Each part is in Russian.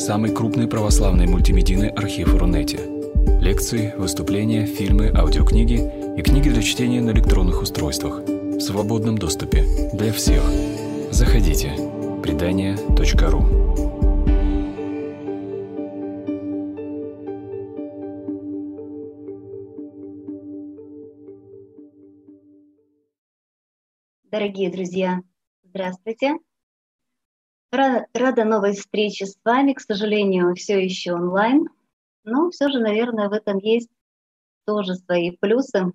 самый крупный православный мультимедийный архив Рунете. Лекции, выступления, фильмы, аудиокниги и книги для чтения на электронных устройствах в свободном доступе для всех. Заходите. Предания.ру. Дорогие друзья, здравствуйте. Рада новой встрече с вами. К сожалению, все еще онлайн. Но все же, наверное, в этом есть тоже свои плюсы.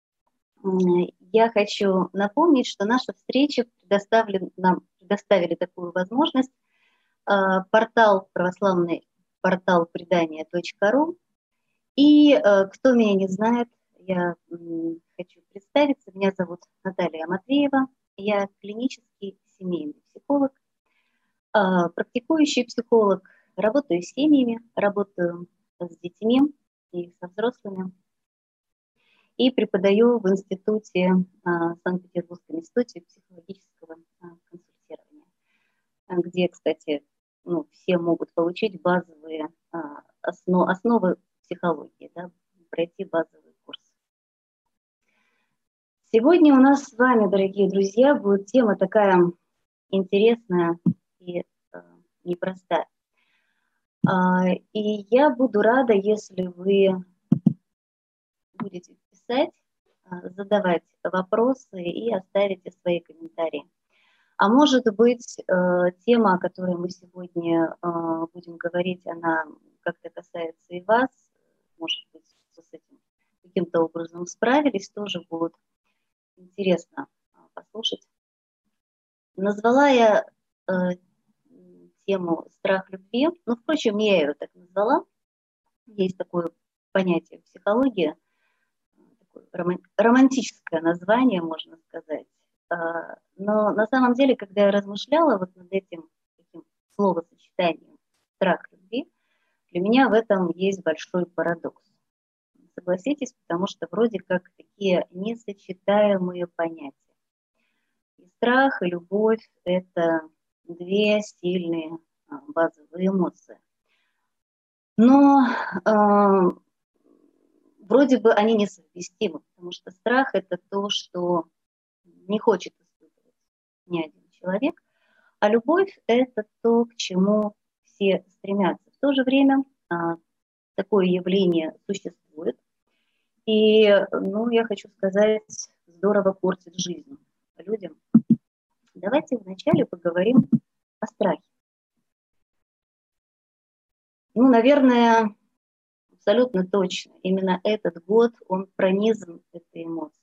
Я хочу напомнить, что наша встреча предоставили такую возможность. Православный портал предания.ру. И кто меня не знает, я хочу представиться. Меня зовут Наталья Матвеева. Я клинический семейный психолог, практикующий психолог. Работаю с семьями, работаю с детьми и со взрослыми. И преподаю в институте, Санкт-Петербургском институте психологического консультирования, где, кстати, все могут получить базовые основы психологии, да, пройти базовый курс. Сегодня у нас с вами, дорогие друзья, будет тема такая интересная и непростая. И я буду рада, если вы будете писать, задавать вопросы и оставите свои комментарии. А может быть, тема, о которой мы сегодня будем говорить, она как-то касается и вас, может быть, с этим каким-то образом справились, тоже будет интересно послушать. Назвала я тему «Страх любви». Впрочем, я ее так назвала. Есть такое понятие в психологии, такое романтическое название, можно сказать. Но на самом деле, когда я размышляла вот над этим таким словосочетанием «страх любви», для меня в этом есть большой парадокс. Согласитесь, потому что вроде как такие несочетаемые понятия. И страх, и любовь – это две сильные базовые эмоции. Но вроде бы они несовместимы, потому что страх – это то, что не хочет испытывать ни один человек, а любовь – это то, к чему все стремятся. В то же время такое явление существует, и, я хочу сказать, здорово портит жизнь людям. Давайте вначале поговорим о страхе. Наверное, абсолютно точно, именно этот год, он пронизан этой эмоцией.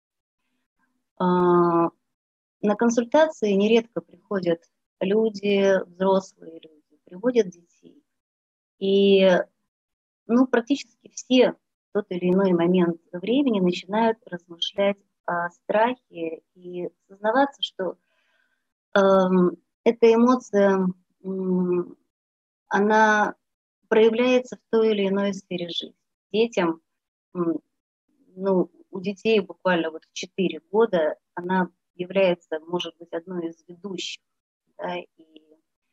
На консультации нередко приходят люди, взрослые люди, приводят детей. И практически все в тот или иной момент времени начинают размышлять о страхе и сознаваться, что эта эмоция, она проявляется в той или иной сфере жизни. Детям, у детей буквально в 4 года она является, может быть, одной из ведущих. Да, и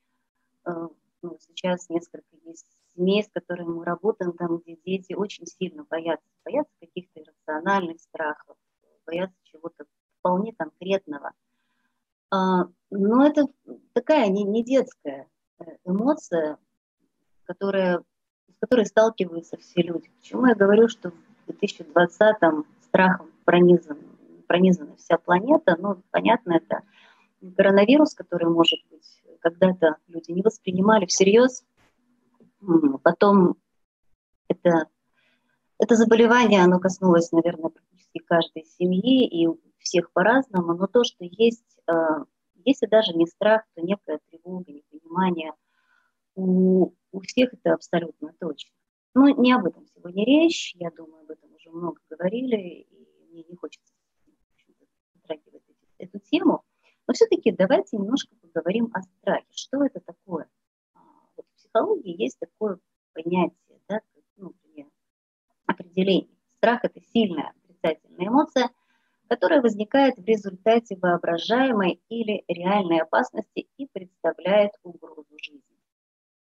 сейчас несколько есть семей, с которыми мы работаем, там, где дети очень сильно боятся каких-то иррациональных страхов, боятся чего-то вполне конкретного. Но это такая не детская эмоция, с которой сталкиваются все люди. Почему я говорю, что в 2020-м страхом пронизана вся планета? Понятно, это коронавирус, который, может быть, когда-то люди не воспринимали всерьез. Потом это заболевание, оно коснулось, наверное, практически каждой семьи, и у всех по-разному, но то, что есть, если даже не страх, то некая тревога, непонимание, у всех это абсолютно точно. Не об этом сегодня речь, я думаю, об этом уже много говорили, и мне не хочется затрагивать эту тему. Но все-таки давайте немножко поговорим о страхе. Что это такое? В психологии есть такое понятие, да, например, определение. Страх – это сильная отрицательная эмоция, которая возникает в результате воображаемой или реальной опасности и представляет угрозу жизни.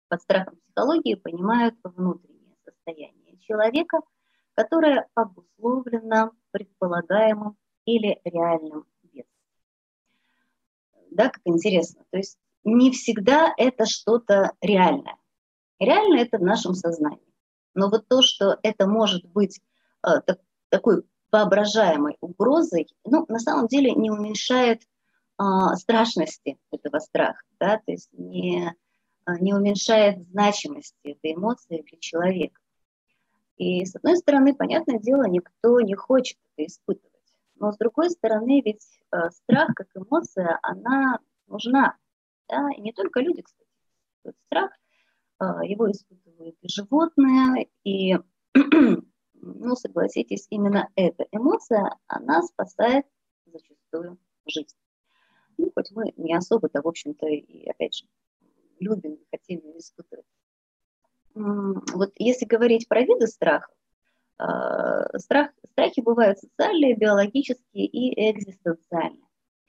Под страхом психологии понимают внутреннее состояние человека, которое обусловлено предполагаемым или реальным бедствием. Да, как интересно. То есть не всегда это что-то реальное. Реально это в нашем сознании. Но вот то, что это может быть такой воображаемой угрозой, ну, на самом деле не уменьшает страшности этого страха, да, то есть не уменьшает значимости этой эмоции для человека. И с одной стороны, понятное дело, никто не хочет это испытывать. Но с другой стороны, ведь страх как эмоция, она нужна. Да? И не только люди, кстати. Вот страх, его испытывают и животные, и, ну, согласитесь, именно эта эмоция, она спасает зачастую жизнь. Ну, хоть мы не особо-то, в общем-то, и, опять же, любим и хотим ее испытывать. Вот если говорить про виды страха, страхи бывают социальные, биологические и экзистенциальные.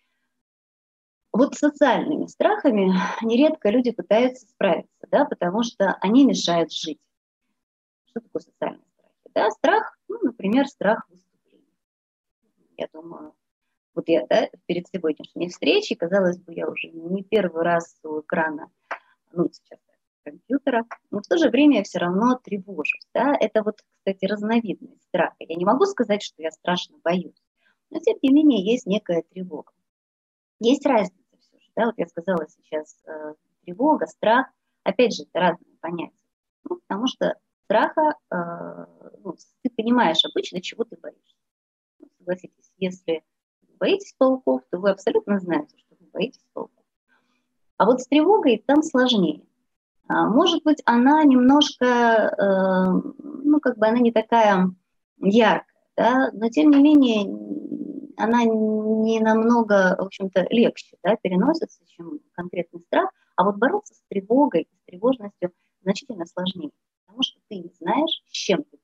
Вот с социальными страхами нередко люди пытаются справиться, да, потому что они мешают жить. Что такое социальные страхи? Да, страх, ну, например, страх выступления. Я думаю, вот я, да, перед сегодняшней встречей, казалось бы, я уже не первый раз у экрана, ну, сейчас компьютера, но в то же время я все равно тревожусь. Да? Это вот, кстати, разновидность страха. Я не могу сказать, что я страшно боюсь, но тем не менее есть некая тревога. Есть разница все же. Да? Вот я сказала сейчас тревога, страх. Опять же, это разные понятия. Ну, потому что страха, ну, ты понимаешь обычно, чего ты боишься. Ну, согласитесь, если вы боитесь пауков, то вы абсолютно знаете, что вы боитесь пауков. А вот с тревогой там сложнее. Может быть, она немножко, ну, как бы она не такая яркая, да, но тем не менее она не намного, в общем-то, легче, да, переносится, чем конкретный страх. А вот бороться с тревогой, с тревожностью значительно сложнее, потому что ты не знаешь, с чем ты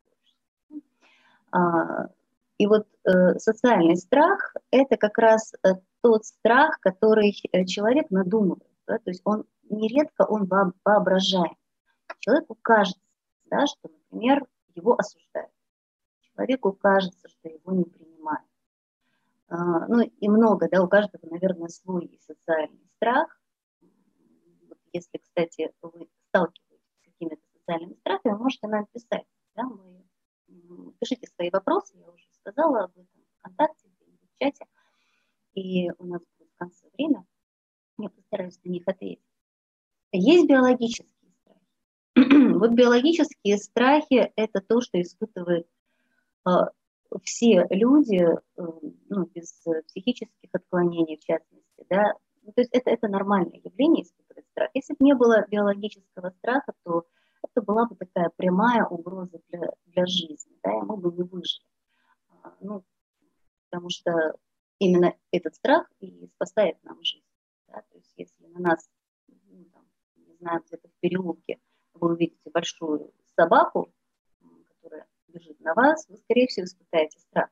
борешься. И вот социальный страх – это как раз тот страх, который человек надумывает, да, то есть он нередко он воображаем. Человеку кажется, да, что, например, его осуждают. Человеку кажется, что его не принимают. Ну и много, да, у каждого, наверное, свой социальный страх. Вот если, кстати, вы сталкиваетесь с какими-то социальными страхами, вы можете нам писать. Да, пишите свои вопросы, я уже сказала об этом ВКонтакте, в чате. И у нас будет в конце время. Я постараюсь на них ответить. Есть биологические страхи. Вот биологические страхи – это то, что испытывают все люди, ну, без психических отклонений, в частности. Да? Ну, то есть это нормальное явление испытывать страх. Если бы не было биологического страха, то это была бы такая прямая угроза для жизни, да, и мы бы не выжили. Ну, потому что именно этот страх и спасает нам жизнь. Да? То есть если на нас, ну, там, не знаю, где-то в переулке вы увидите большую собаку, которая бежит на вас, вы, скорее всего, испытаете страх.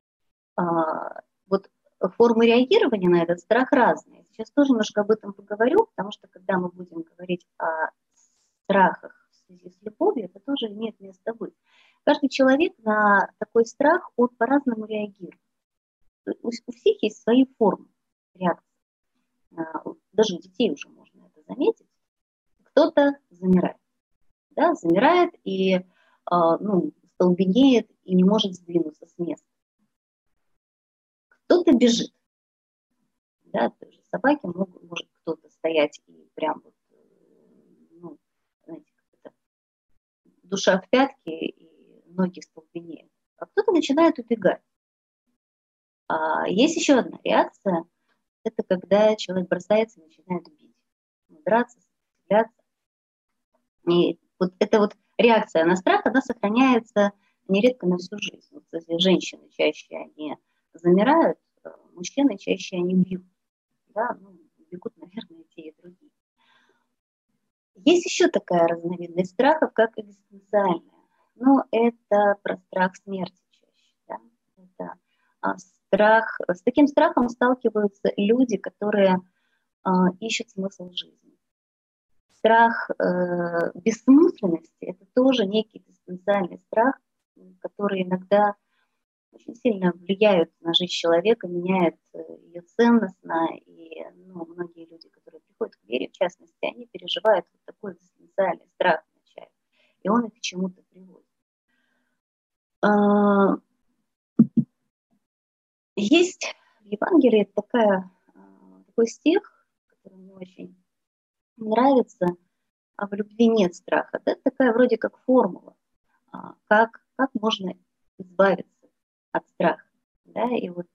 Вот формы реагирования на этот страх разные. Сейчас тоже немножко об этом поговорю, потому что когда мы будем говорить о страхах в связи с любовью, это тоже имеет место быть. Каждый человек на такой страх, он по-разному реагирует. У всех есть свои формы реакции. Даже у детей уже можно это заметить. Кто-то замирает. Да, замирает и ну, столбенеет и не может сдвинуться с места. Кто-то бежит. Да, тоже собаки может кто-то стоять и прям вот, ну, знаете, как-то душа в пятки и ноги столбенеют. А кто-то начинает убегать. Есть еще одна реакция. Это когда человек бросается и начинает бить. Драться, сопротивляться. И вот эта вот реакция на страх, она сохраняется нередко на всю жизнь. Вот если женщины чаще они замирают, мужчины чаще они бьют. Да? Ну, бегут, наверное, и те, и другие. Есть еще такая разновидность страхов, как экзистенциальная. Но это про страх смерти чаще. Да? Это страх, с таким страхом сталкиваются люди, которые ищут смысл жизни. страх бессмысленности – это тоже некий экзистенциальный страх, который иногда очень сильно влияют на жизнь человека, меняют ее ценностно. И многие люди, которые приходят к вере, в частности, они переживают вот такой экзистенциальный страх вначале, и он их к чему-то приводит. Есть в Евангелии такой стих, который мне очень нравится: а в любви нет страха. Это такая вроде как формула, как можно избавиться от страха. Да? И вот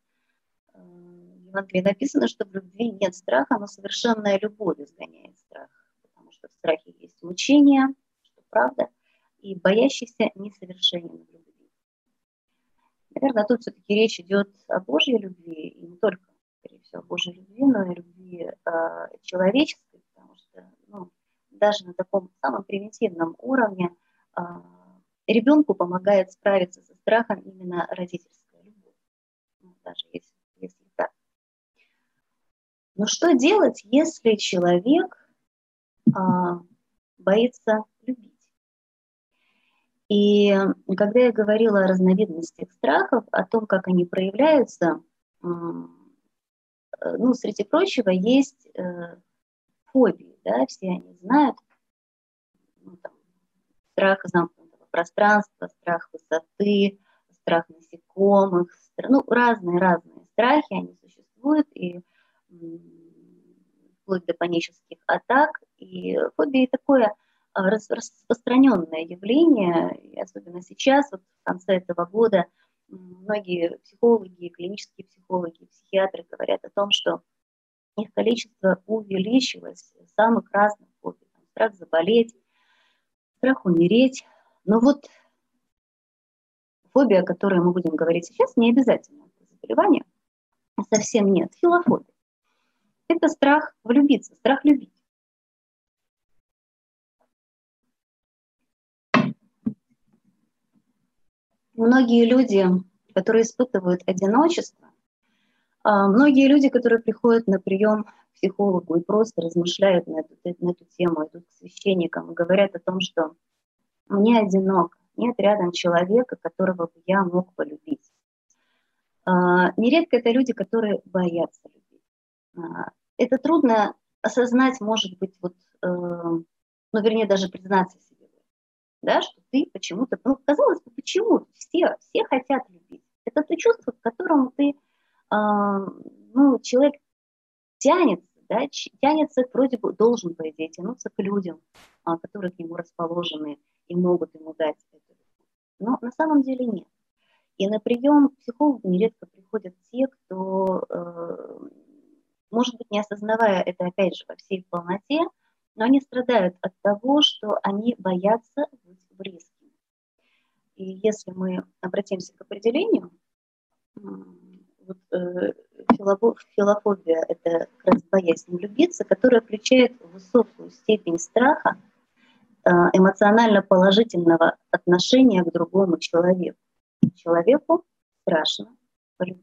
в Евангелии написано, что в любви нет страха, но совершенная любовь изгоняет страх. Потому что в страхе есть мучение, что правда, и боящийся несовершенен в любви. Наверное, тут все-таки речь идет о Божьей любви, и не только, скорее всего, о Божьей любви, но и любви человеческой, потому что даже на таком самом примитивном уровне ребенку помогает справиться со страхом именно родительская любовь, даже если так. Но что делать, если человек боится любить? И когда я говорила о разновидностях страхов, о том, как они проявляются, среди прочего, есть фобии, да, все они знают, страх замкнутого пространства, страх высоты, страх насекомых, разные страхи, они существуют, и вплоть до панических атак. И фобия такое распространенное явление, и особенно сейчас, вот в конце этого года, многие психологи, клинические психологи, психиатры говорят о том, что их количество увеличилось, самых разных фобий. Страх заболеть, страх умереть. Но вот фобия, о которой мы будем говорить сейчас, не обязательно это заболевание, совсем нет. Филофобия. Это страх влюбиться, страх любить. Многие люди, которые испытывают одиночество, многие люди, которые приходят на прием к психологу и просто размышляют на эту тему, идут к священникам и говорят о том, что мне одиноко, нет рядом человека, которого бы я мог полюбить. Нередко это люди, которые боятся любить. Это трудно осознать, может быть, вернее, даже признаться себе, да, что ты почему-то, казалось бы, почему? Все хотят любить. Это то чувство, к которому человек тянется, да, тянется, вроде бы должен, по идее, тянуться к людям, которые к нему расположены и могут ему дать это. Но на самом деле нет. И на прием к психологу нередко приходят те, кто, может быть, не осознавая это, опять же, во всей полноте, но они страдают от того, что они боятся быть близкими. И если мы обратимся к определению, филофобия – это как раз боязнь влюбиться, которая включает высокую степень страха, эмоционально положительного отношения к другому человеку. Человеку страшно полюбить.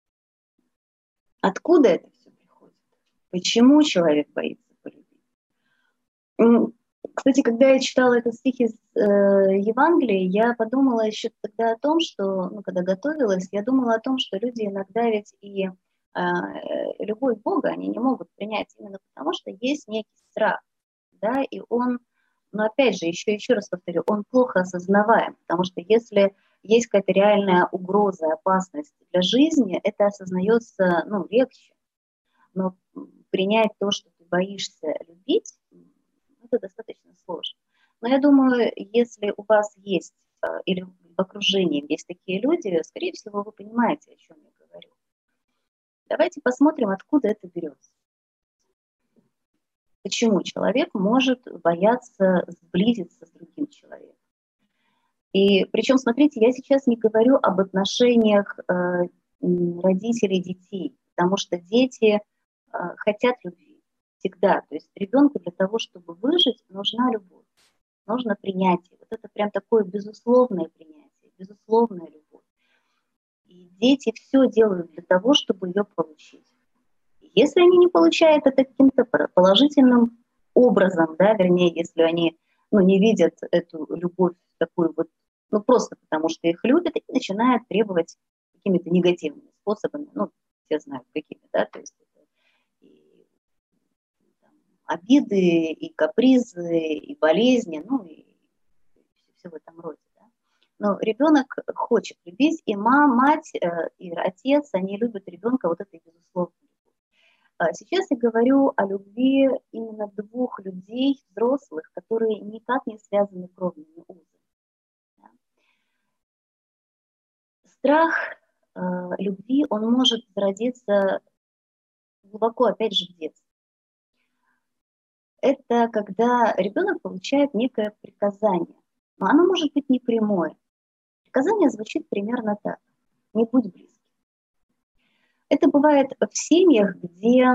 Откуда это все приходит? Почему человек боится полюбить? Кстати, когда я читала этот стих из Евангелия, я подумала еще тогда о том, что, когда готовилась, я думала о том, что люди иногда ведь и любовь Бога они не могут принять именно потому, что есть некий страх, да, и он, опять же, еще раз повторю, он плохо осознаваем, потому что если есть какая-то реальная угроза, опасность для жизни, это осознается, легче, но принять то, что ты боишься любить, это достаточно сложно. Но я думаю, если у вас есть или в окружении есть такие люди, скорее всего, вы понимаете, о чем я говорю. Давайте посмотрим, откуда это берется. Почему человек может бояться сблизиться с другим человеком. И причем, смотрите, я сейчас не говорю об отношениях родителей и детей, потому что дети хотят любви всегда. То есть ребенку для того, чтобы выжить, нужна любовь, нужно принятие. Вот это прям такое безусловное принятие, безусловная любовь. И дети все делают для того, чтобы ее получить. И если они не получают это каким-то положительным образом, да, вернее, если они, ну, не видят эту любовь такую вот, ну, просто потому что их любят, и начинают требовать какими-то негативными способами, ну, все знают какими, да, то есть это и там, обиды, и капризы, и болезни, ну, и все в этом роде, да. Но ребенок хочет любить, и мать и отец, они любят ребенка вот этой безусловной. Сейчас я говорю о любви именно двух людей, взрослых, которые никак не связаны кровными узами. Страх любви, он может зародиться глубоко, опять же, в детстве. Это когда ребенок получает некое приказание, но оно может быть не прямое. Приказание звучит примерно так: не будь близким. Это бывает в семьях, где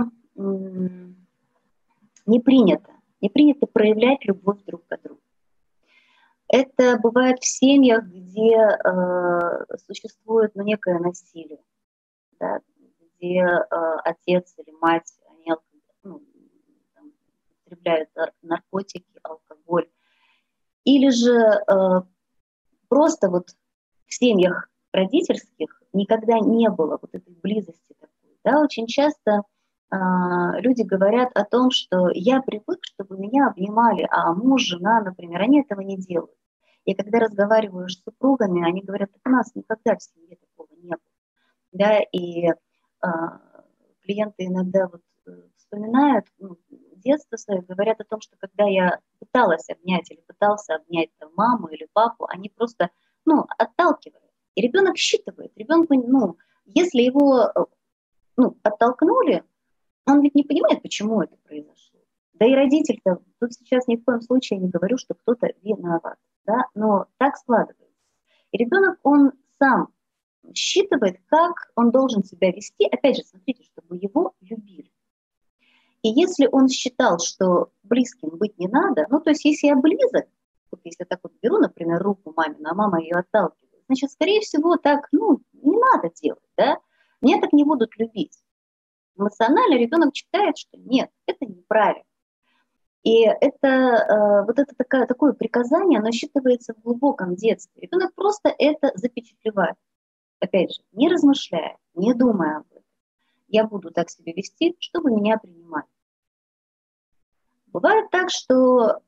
не принято проявлять любовь друг к другу. Это бывает в семьях, где существует некое насилие, да, где отец или мать они, употребляют наркотики, алкоголь. Или же просто вот в семьях родительских никогда не было вот этой близости такой. Да? Очень часто люди говорят о том, что я привык, чтобы меня обнимали, а муж, жена, например, они этого не делают. И когда разговариваю с супругами, они говорят: у нас никогда в семье такого не было. Да? И клиенты иногда вот вспоминают детство свое, говорят о том, что когда я пыталась обнять или пытался обнять там, маму или папу, они просто отталкивают. И ребенок считывает. Ребенку, если его оттолкнули, он ведь не понимает, почему это произошло. Да и родитель-то, тут сейчас ни в коем случае не говорю, что кто-то виноват, да, но так складывается. И ребенок, он сам считывает, как он должен себя вести, опять же, смотрите, чтобы его любили. И если он считал, что близким быть не надо, то есть если я близок, вот если так вот беру, например, руку мамину, а мама ее отталкивает, значит, скорее всего, так, не надо делать, да, меня так не будут любить. Эмоционально ребенок читает, что нет, это неправильно. И это вот это такое приказание, оно считывается в глубоком детстве. Ребенок просто это запечатлевает. Опять же, не размышляя, не думая об этом. Я буду так себя вести, чтобы меня принимали. Бывает так, что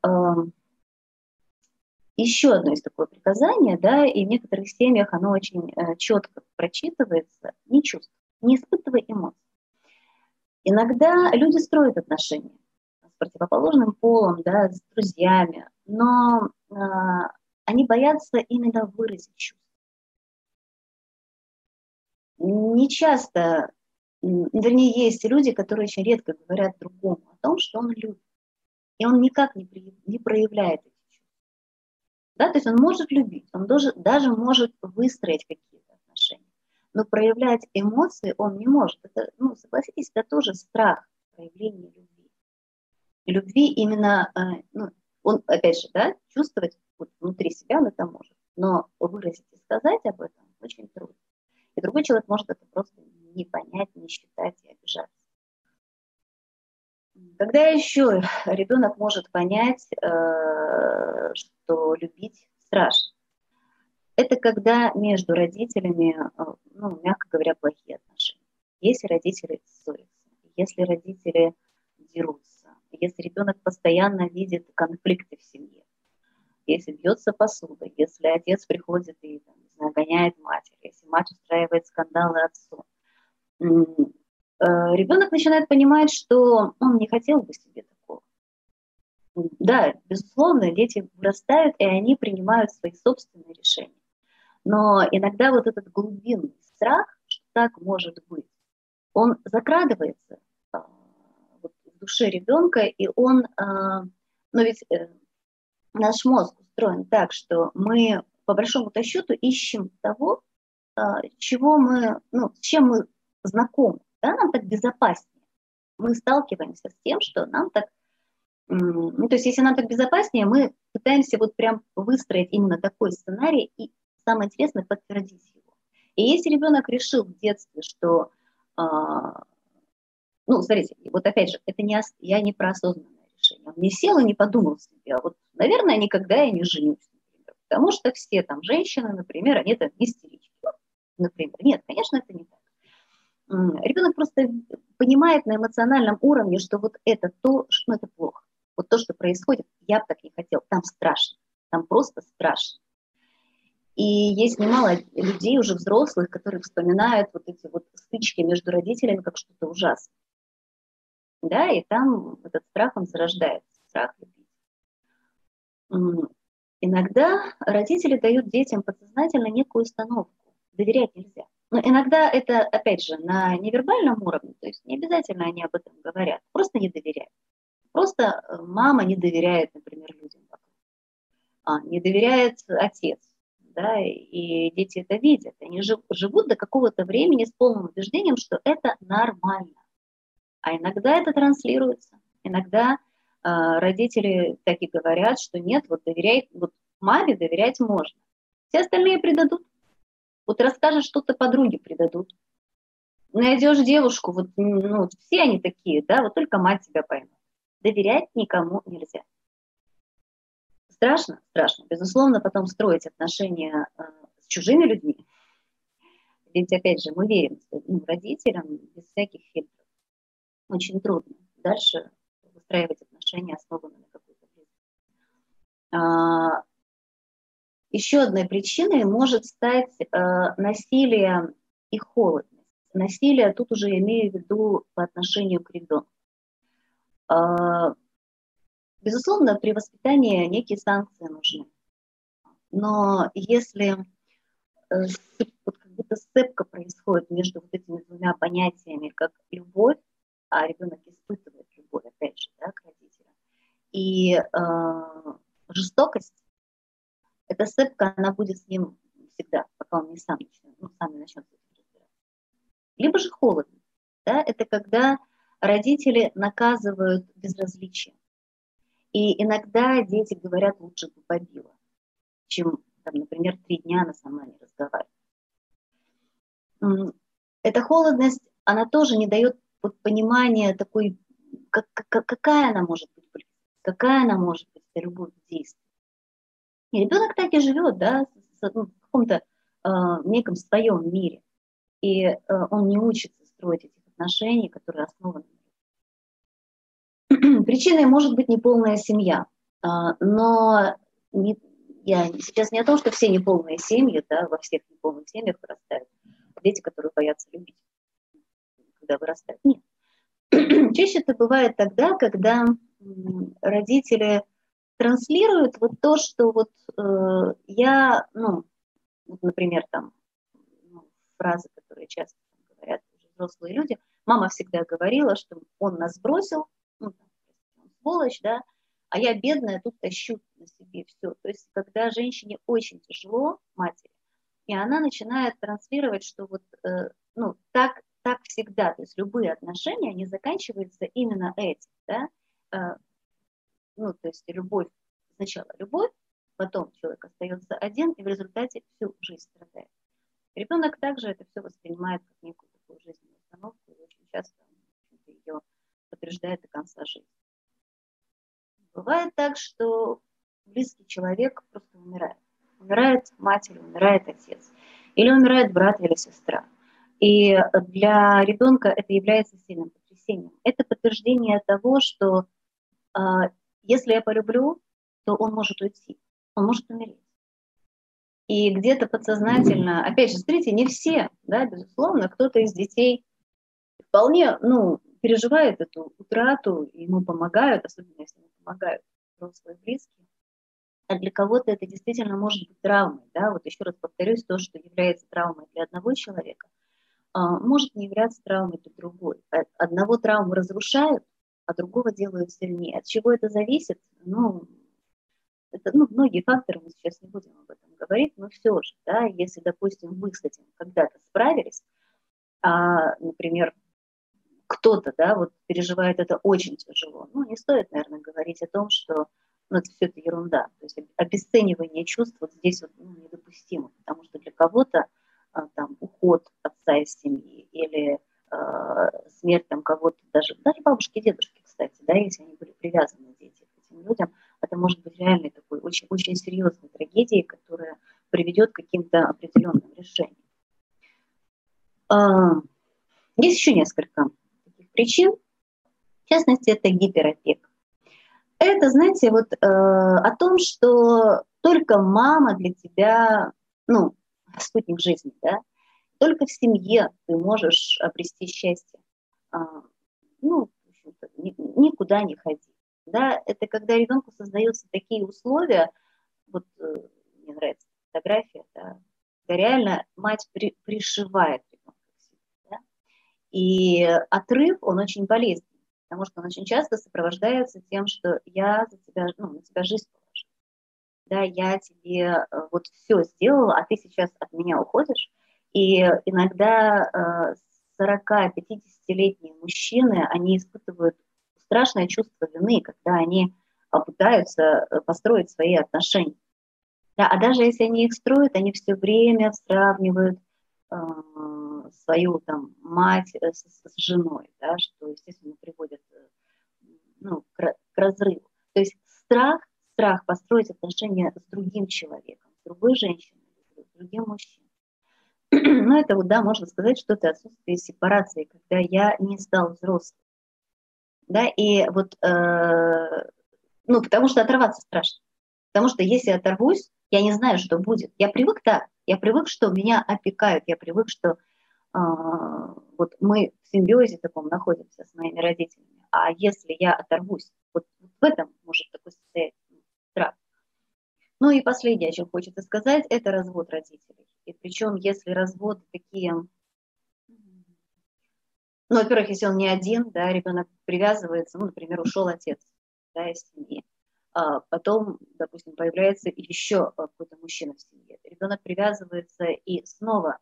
еще одно из такое приказание, да, и в некоторых семьях оно очень четко прочитывается: не чувствуй, не испытывай эмоций. Иногда люди строят отношения с противоположным полом, да, с друзьями, но они боятся именно выразить чувства. Не часто, вернее, есть люди, которые очень редко говорят другому о том, что он любит, и он никак не проявляет эти чувства. Да, то есть он может любить, он даже может выстроить какие-то отношения, но проявлять эмоции он не может. Это, согласитесь, это тоже страх проявления любви. Любви именно, он, опять же, да, чувствовать вот внутри себя он это может, но выразить и сказать об этом очень трудно. И другой человек может это просто не понять, не считать и обижаться. Когда еще ребенок может понять, что любить страшно? Это когда между родителями, мягко говоря, плохие отношения. Если родители ссорятся, если родители дерутся, если ребенок постоянно видит конфликты в семье, если бьется посуда, если отец приходит и гоняет матери, если мать устраивает скандалы отцу, ребенок начинает понимать, что он не хотел бы себе такого. Да, безусловно, дети вырастают, и они принимают свои собственные решения. Но иногда вот этот глубинный страх, что так может быть, он закрадывается в душе ребенка, и он, ведь наш мозг устроен так, что мы по большому-то счету ищем того, с чем мы знакомы, да, нам так безопаснее. Мы сталкиваемся с тем, что нам так, то есть если нам так безопаснее, мы пытаемся вот прям выстроить именно такой сценарий и, самое интересное, подтвердить его. И если ребенок решил в детстве, что, смотрите, вот опять же, это я не про осознанное решение. отношения. Он не сел и не подумал себе, а вот, наверное, никогда я не женюсь, например, потому что все там женщины, например, они там истерички, например. Нет, конечно, это не так. Ребенок просто понимает на эмоциональном уровне, что вот это то, что это плохо. Вот то, что происходит, я бы так не хотел, там страшно, там просто страшно. И есть немало людей, уже взрослых, которые вспоминают вот эти вот стычки между родителями как что-то ужасное. Да, и там этот страх, он зарождается, страх любить. Иногда родители дают детям подсознательно некую установку. Доверять нельзя. Но иногда это, опять же, на невербальном уровне, то есть не обязательно они об этом говорят, просто не доверяют. Просто мама не доверяет, например, людям вокруг. Не доверяет отец. Да, и дети это видят. Они живут до какого-то времени с полным убеждением, что это нормально. А иногда это транслируется. Иногда родители так и говорят, что нет, вот доверяй, вот маме доверять можно. Все остальные предадут. Вот расскажешь что-то подруге, предадут. Найдешь девушку, вот, ну, все они такие, да, вот только мать тебя поймет. Доверять никому нельзя. Страшно? Страшно. Безусловно, потом строить отношения с чужими людьми. Ведь, опять же, мы верим своим родителям без всяких фильтров. Очень трудно дальше выстраивать отношения, основанные на какой-то близости. Еще одной причиной может стать насилие и холодность. Насилие тут уже имею в виду по отношению к ребенку. Безусловно, при воспитании некие санкции нужны. Но если вот как будто сцепка происходит между вот этими двумя понятиями, как любовь, а ребенок испытывает любовь, опять же, да, к родителям, и жестокость, эта сцепка, она будет с ним всегда, пока он не сам начнет с этим разбираться. Либо же холодность. Да, это когда родители наказывают безразличием. И иногда дети говорят, лучше бы побила, чем, там, например, 3 дня она со мной не разговаривает. Эта холодность, она тоже не дает вот понимания такой, какая она может быть близость, какая она может быть любовь в действии. И ребенок так и живет, да, в каком-то неком своем мире. И он не учится строить этих отношений, которые основаны. Причиной может быть неполная семья. Но я сейчас не о том, что все неполные семьи, да, во всех неполных семьях вырастают дети, которые боятся любить, когда вырастают. Нет. Чаще это бывает тогда, когда родители транслируют вот то, что вот я, ну, например, там фразы, которые часто говорят уже взрослые люди, мама всегда говорила, что он нас бросил, ну, он сволочь, да, а я бедная тут тащу на себе все. То есть когда женщине очень тяжело, матери, и она начинает транслировать, что вот, ну, так всегда, то есть любые отношения, они заканчиваются именно этим, да, ну, то есть любовь, сначала любовь, потом человек остается один, и в результате всю жизнь страдает. Ребенок также это все воспринимает как некую такую жизненную установку, и очень часто ее подтверждает до конца жизни. Бывает так, что близкий человек просто умирает. Умирает мать или умирает отец, или умирает брат или сестра. И для ребенка это является сильным потрясением. Это подтверждение того, что если я полюблю, то он может уйти, он может умереть. И где-то подсознательно, опять же, смотрите, не все, да, безусловно, кто-то из детей вполне, ну, переживает эту утрату, ему помогают, особенно если ему помогают взрослые близкие. А для кого-то это действительно может быть травмой, да, вот еще раз повторюсь, то, что является травмой для одного человека, может не являться травмой для другой. Одного травму разрушают, а другого делают сильнее. От чего это зависит? Ну, это, ну, многие факторы, мы сейчас не будем об этом говорить, но все же, да, если, допустим, вы с этим когда-то справились, например, кто-то, да, вот переживает это очень тяжело, ну, не стоит, наверное, говорить о том, что, ну, это все это ерунда. То есть обесценивание чувств вот здесь вот, ну, недопустимо, потому что для кого-то там уход отца из семьи или смерть там кого-то, даже бабушки и дедушки, кстати, да, если они были привязаны к детям. это может быть реальной такой очень, очень серьезной трагедией, которая приведет к каким-то определенным решениям. Есть еще несколько таких причин. В частности, это гиперопека. Это, знаете, вот о том, что только мама для тебя, ну, спутник жизни, да, только в семье ты можешь обрести счастье. Ну, в общем-то, никуда не ходи. Да, это когда ребенку создаются такие условия, вот мне нравится фотография, да, когда реально мать пришивает ребенка к себе, да, и отрыв, он очень болезненный, потому что он очень часто сопровождается тем, что я за тебя, ну, на тебя жизнь положила, да, я тебе вот все сделала, а ты сейчас от меня уходишь, и иногда 40-50-летние мужчины, они испытывают страшное чувство вины, когда они пытаются построить свои отношения. Да, а даже если они их строят, они все время сравнивают свою там мать с женой, да, что, естественно, приводит ну, к разрыву. То есть страх построить отношения с другим человеком, с другой женщиной, с другим мужчиной. Ну, это вот, да, можно сказать, что это отсутствие сепарации, когда я не стал взрослым. Да, и вот, ну, потому что оторваться страшно. Потому что если я оторвусь, я не знаю, что будет. Я привык так. Я привык, что меня опекают. Я привык, что вот мы в симбиозе таком находимся с моими родителями. А если я оторвусь, вот в этом может такой состоять страх. Ну и последнее, о чем хочется сказать, это развод родителей. И причем, если разводы такие, ну, во-первых, если он не один, да, ребенок привязывается, ну, например, ушел отец, да, из семьи, потом, допустим, появляется еще какой-то мужчина в семье, ребенок привязывается и снова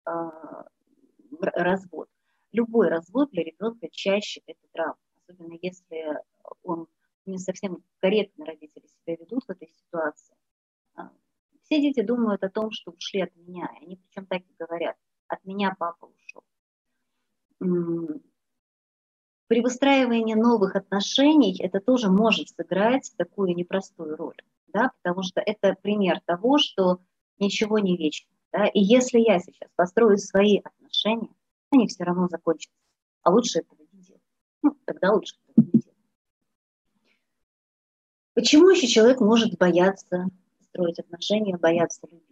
развод. Любой развод для ребенка чаще это травма, особенно если он не совсем корректно родители себя ведут в этой ситуации. Все дети думают о том, что ушли от меня, и они причем так и говорят: от меня папа ушел. При выстраивании новых отношений это тоже может сыграть такую непростую роль, да, потому что это пример того, что ничего не вечно. Да, и если я сейчас построю свои отношения, они все равно закончатся. А лучше этого не делать. Ну, тогда лучше этого не делать. Почему еще человек может бояться строить отношения, бояться любить?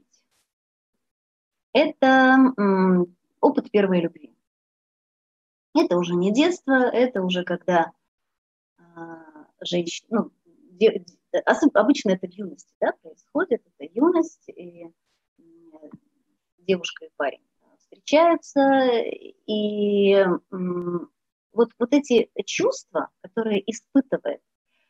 Это опыт первой любви. Это уже не детство, это уже когда женщина, ну, обычно это в юности, да, происходит, это юность, и девушка и парень встречаются, и вот эти чувства, которые испытывают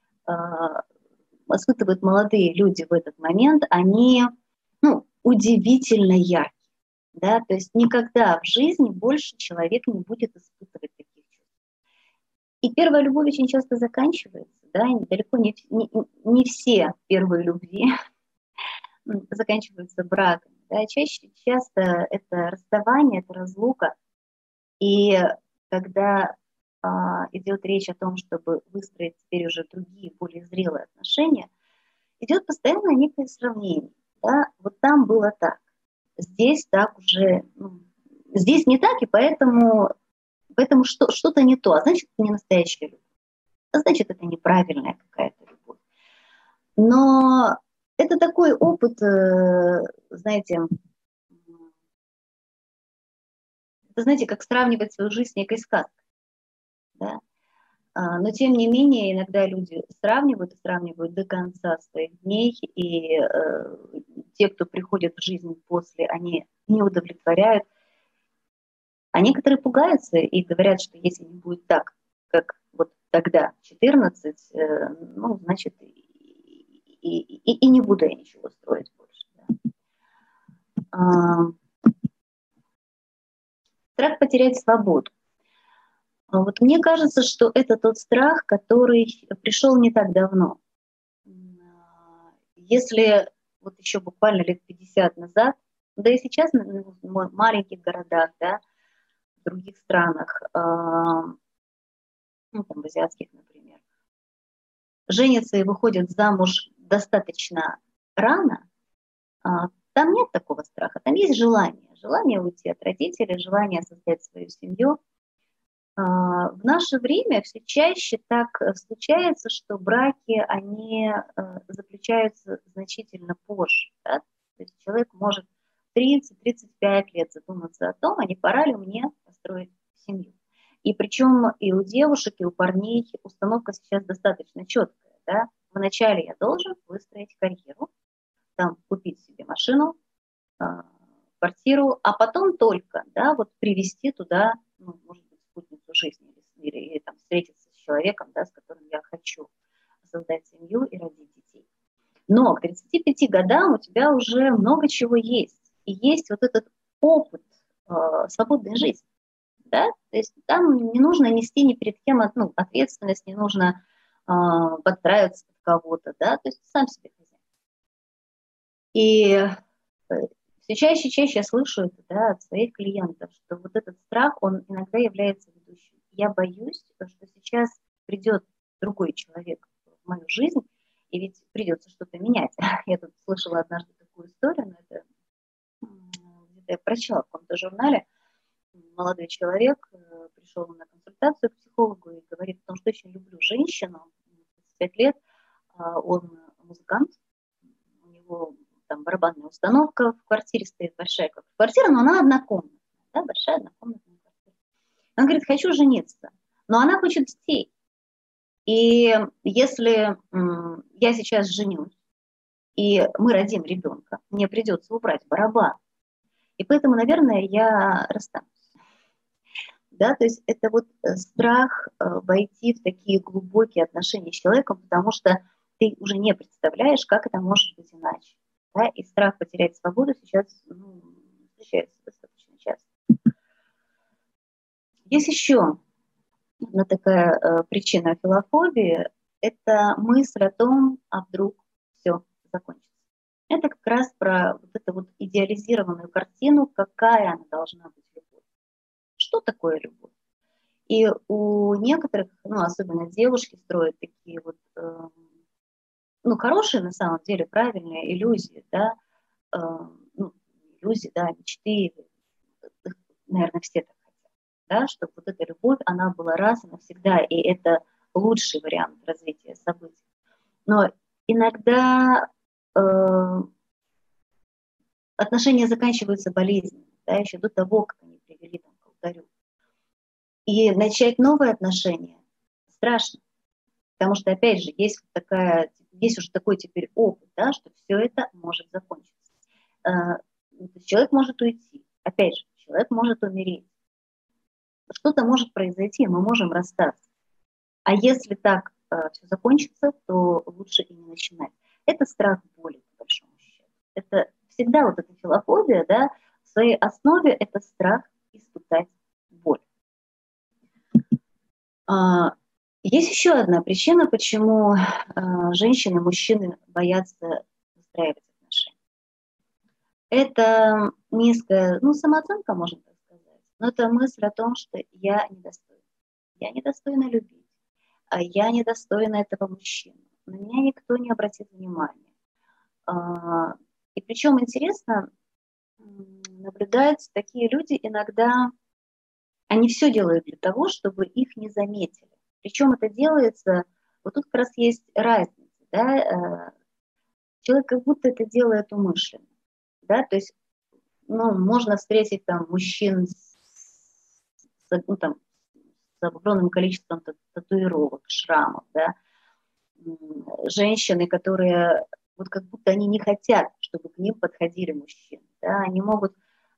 молодые люди в этот момент, они, ну, удивительно яркие. Да? То есть никогда в жизни больше человек не будет испытывать таких чувств. И первая любовь очень часто заканчивается. Да? И далеко не все первые любви заканчиваются браком. Да? Часто это расставание, это разлука. И когда идет речь о том, чтобы выстроить теперь уже другие, более зрелые отношения, идет постоянно некое сравнение. Да? Вот там было так, здесь так уже, ну, здесь не так, и поэтому что-то не то, а значит, это не настоящая любовь, а значит, это неправильная какая-то любовь. Но это такой опыт, знаете, это, знаете, как сравнивать свою жизнь с некой сказкой. Да? Но, тем не менее, иногда люди сравнивают до конца своих дней, и те, кто приходит в жизнь после, они не удовлетворяют. А некоторые пугаются и говорят, что если не будет так, как вот тогда, 14, ну, значит, и не буду я ничего строить больше. Да. Страх потерять свободу. Вот мне кажется, что это тот страх, который пришел не так давно. Если вот еще буквально лет 50 назад, да и сейчас в маленьких городах, да, в других странах, ну, там, в азиатских, например, женятся и выходят замуж достаточно рано, там нет такого страха, там есть желание. Желание уйти от родителей, желание создать свою семью. В наше время все чаще так случается, что браки, они заключаются значительно позже. Да? То есть человек может 30-35 лет задуматься о том, а не пора ли мне построить семью. И причем и у девушек, и у парней установка сейчас достаточно четкая. Да? Вначале я должен выстроить карьеру, там, купить себе машину, квартиру, а потом только, да, вот привести туда, ну, может быть, спутницу жизни или там, встретиться с человеком, да, с которым я хочу создать семью и родить детей. Но к 35 годам у тебя уже много чего есть. И есть вот этот опыт свободной жизни. Да? То есть там не нужно нести ни перед кем ответственность, не нужно подстраиваться под кого-то. Да? То есть сам себе хозяин. И все чаще и чаще я слышу это, да, от своих клиентов, что вот этот страх, он иногда является ведущим. Я боюсь, что сейчас придет другой человек в мою жизнь, и ведь придется что-то менять. Я тут слышала однажды такую историю, но это где-то я прочла в каком-то журнале. Молодой человек пришел на консультацию к психологу и говорит о том, что очень люблю женщину, 35 лет, он музыкант, у него там барабанная установка, в квартире стоит большая квартира, но она однокомнатная, да, большая однокомнатная квартира. Он говорит, хочу жениться, но она хочет детей. И если я сейчас женюсь, и мы родим ребенка, мне придется убрать барабан. И поэтому, наверное, я расстанусь. Да, то есть это вот страх войти в такие глубокие отношения с человеком, потому что ты уже не представляешь, как это может быть иначе. Да? И страх потерять свободу сейчас встречается достаточно часто. Есть еще одна такая причина филофобии – это мысль о том, а вдруг все закончится. Это как раз про вот эту вот идеализированную картину, какая она должна быть любовь. Что такое любовь? И у некоторых, особенно девушки, строят такие вот, хорошие на самом деле, правильные иллюзии, да, иллюзии, да, мечты, наверное, все так хотят, да, чтобы вот эта любовь, она была раз и навсегда, и это лучший вариант развития событий. Но иногда отношения заканчиваются болезненно, да, еще до того, как они привели там, к алтарю. И начать новые отношения страшно, потому что, опять же, есть уже такой теперь опыт, да, что все это может закончиться. Человек может уйти, опять же, человек может умереть. Что-то может произойти, мы можем расстаться. А если так все закончится, то лучше и не начинать. Это страх боли, по большому счету. Это всегда вот эта филофобия, да, в своей основе это страх испытать боль. Есть еще одна причина, почему женщины и мужчины боятся выстраивать отношения. Это низкая, самооценка, можно так сказать, но это мысль о том, что я недостойна. Я недостойна любить, а я недостойна этого мужчины. На меня никто не обратит внимания. И причем интересно, наблюдаются такие люди иногда, они все делают для того, чтобы их не заметили. Причем это делается, вот тут как раз есть разница, да, человек как будто это делает умышленно, да, то есть, можно встретить там мужчин с огромным количеством татуировок, шрамов, да, женщины, которые вот как будто они не хотят, чтобы к ним подходили мужчины, да, они могут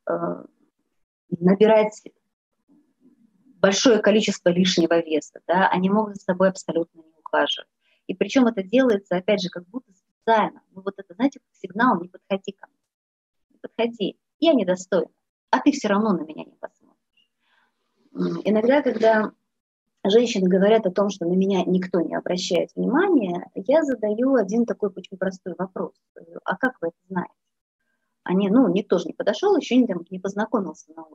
набирать большое количество лишнего веса, да, они могут за собой абсолютно не ухаживать. И причем это делается, опять же, как будто специально. Вот это, знаете, как сигнал, не подходи ко мне. Не подходи, я недостойна, а ты все равно на меня не посмотришь. Иногда, когда женщины говорят о том, что на меня никто не обращает внимания, я задаю один такой очень простой вопрос. А как вы это знаете? Никто же не подошел, еще не познакомился на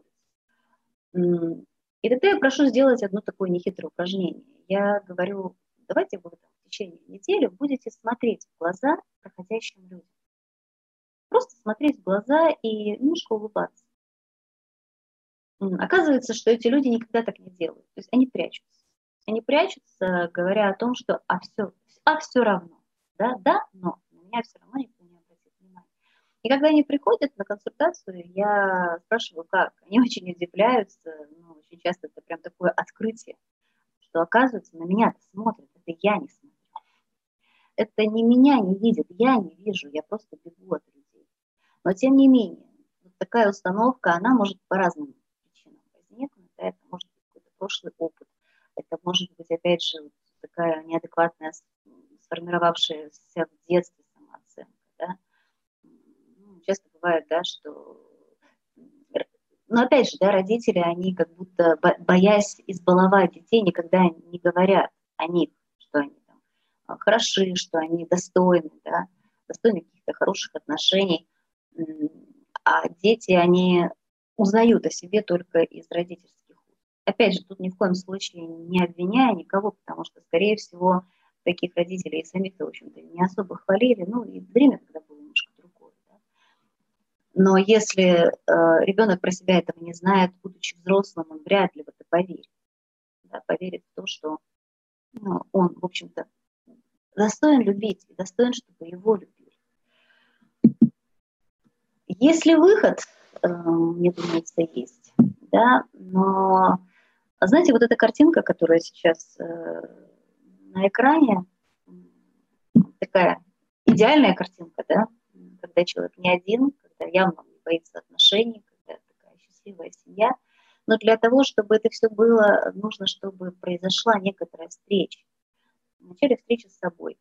улице. И тогда я прошу сделать одно такое нехитрое упражнение. Я говорю, давайте вы течение недели будете смотреть в глаза проходящим людям. Просто смотреть в глаза и немножко улыбаться. Оказывается, что эти люди никогда так не делают. То есть они прячутся. Они прячутся, говоря о том, что все равно. Да, но на меня все равно никто не обратит внимания. И когда они приходят на консультацию, я спрашиваю, как. Они очень удивляются. Очень часто это прям такое открытие, что оказывается, на меня-то смотрят. Это я не смотрю. Это не меня не видят, я не вижу, я просто бегу от людей. Но тем не менее, вот такая установка, она может по разным причинам возникнуть. Да? Это может быть какой-то прошлый опыт, это может быть, опять же, такая неадекватная, сформировавшаяся в детстве самооценка. Да? Часто бывает, да, что... Но опять же, да, родители, они как будто, боясь избаловать детей, никогда не говорят о них, что они там хороши, что они достойны, да, достойны каких-то хороших отношений. А дети, они узнают о себе только из родительских уст. Опять же, тут ни в коем случае не обвиняя никого, потому что, скорее всего, таких родителей и самих-то, в общем-то, не особо хвалили. И время тогда было немножко другое. Да? Но если ребенок про себя этого не знает, будучи взрослым, он вряд ли в это поверит. Да? Поверит в то, что он, в общем-то, достоин любить и достоин, чтобы его любили. Есть ли выход? Мне думается, есть. Да? Но, знаете, вот эта картинка, которая сейчас на экране, такая идеальная картинка, да? Когда человек не один, когда явно не боится отношений, когда такая счастливая семья. Но для того, чтобы это все было, нужно, чтобы произошла некоторая встреча. Вначале встреча с собой,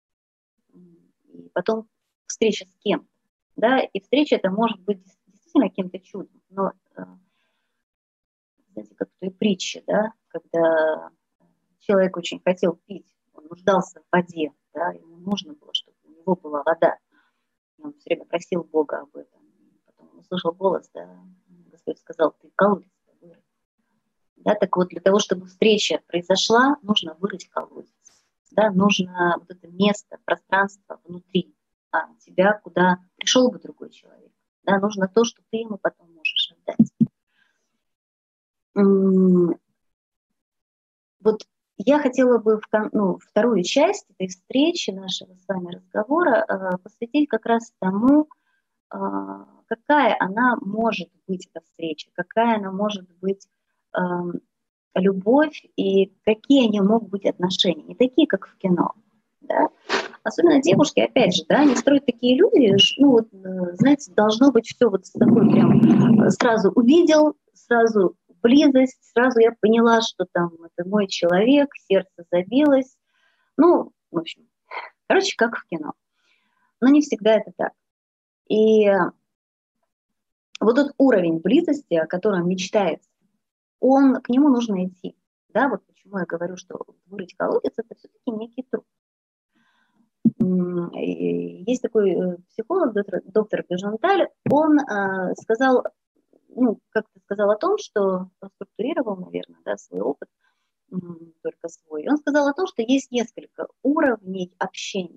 и потом встреча с кем-то. Да? И встреча это может быть действительно каким-то чудом. Но, знаете, как в той притче, да? Когда человек очень хотел пить, он нуждался в воде, да? Ему нужно было, чтобы у него была вода. И он все время просил Бога об этом. Потом он услышал голос, да? Господь сказал, ты колодец вырыть. Да? Так вот, для того, чтобы встреча произошла, нужно вырыть колодец. Да? Нужно вот это место, пространство внутри тебя, куда пришел бы другой человек. Да? Нужно то, что ты ему потом можешь отдать. Вот я хотела бы вторую часть этой встречи, нашего с вами разговора, посвятить как раз тому, какая она может быть, эта встреча, какая она может быть любовь и какие они могут быть отношения. Не такие, как в кино. Да? Особенно девушки, опять же, да, они строят такие иллюзии, знаете, должно быть все вот с такой прям сразу увидел, сразу близость, сразу я поняла, что там это мой человек, сердце забилось. В общем, как в кино. Но не всегда это так. И вот тот уровень близости, о котором мечтается, к нему нужно идти. Да, вот почему я говорю, что вырыть колодец – это все-таки некий труд. Есть такой психолог, доктор Бежанталь, он сказал, как-то сказал о том, что структурировал, наверное, да, свой опыт, только свой. Он сказал о том, что есть несколько уровней общения.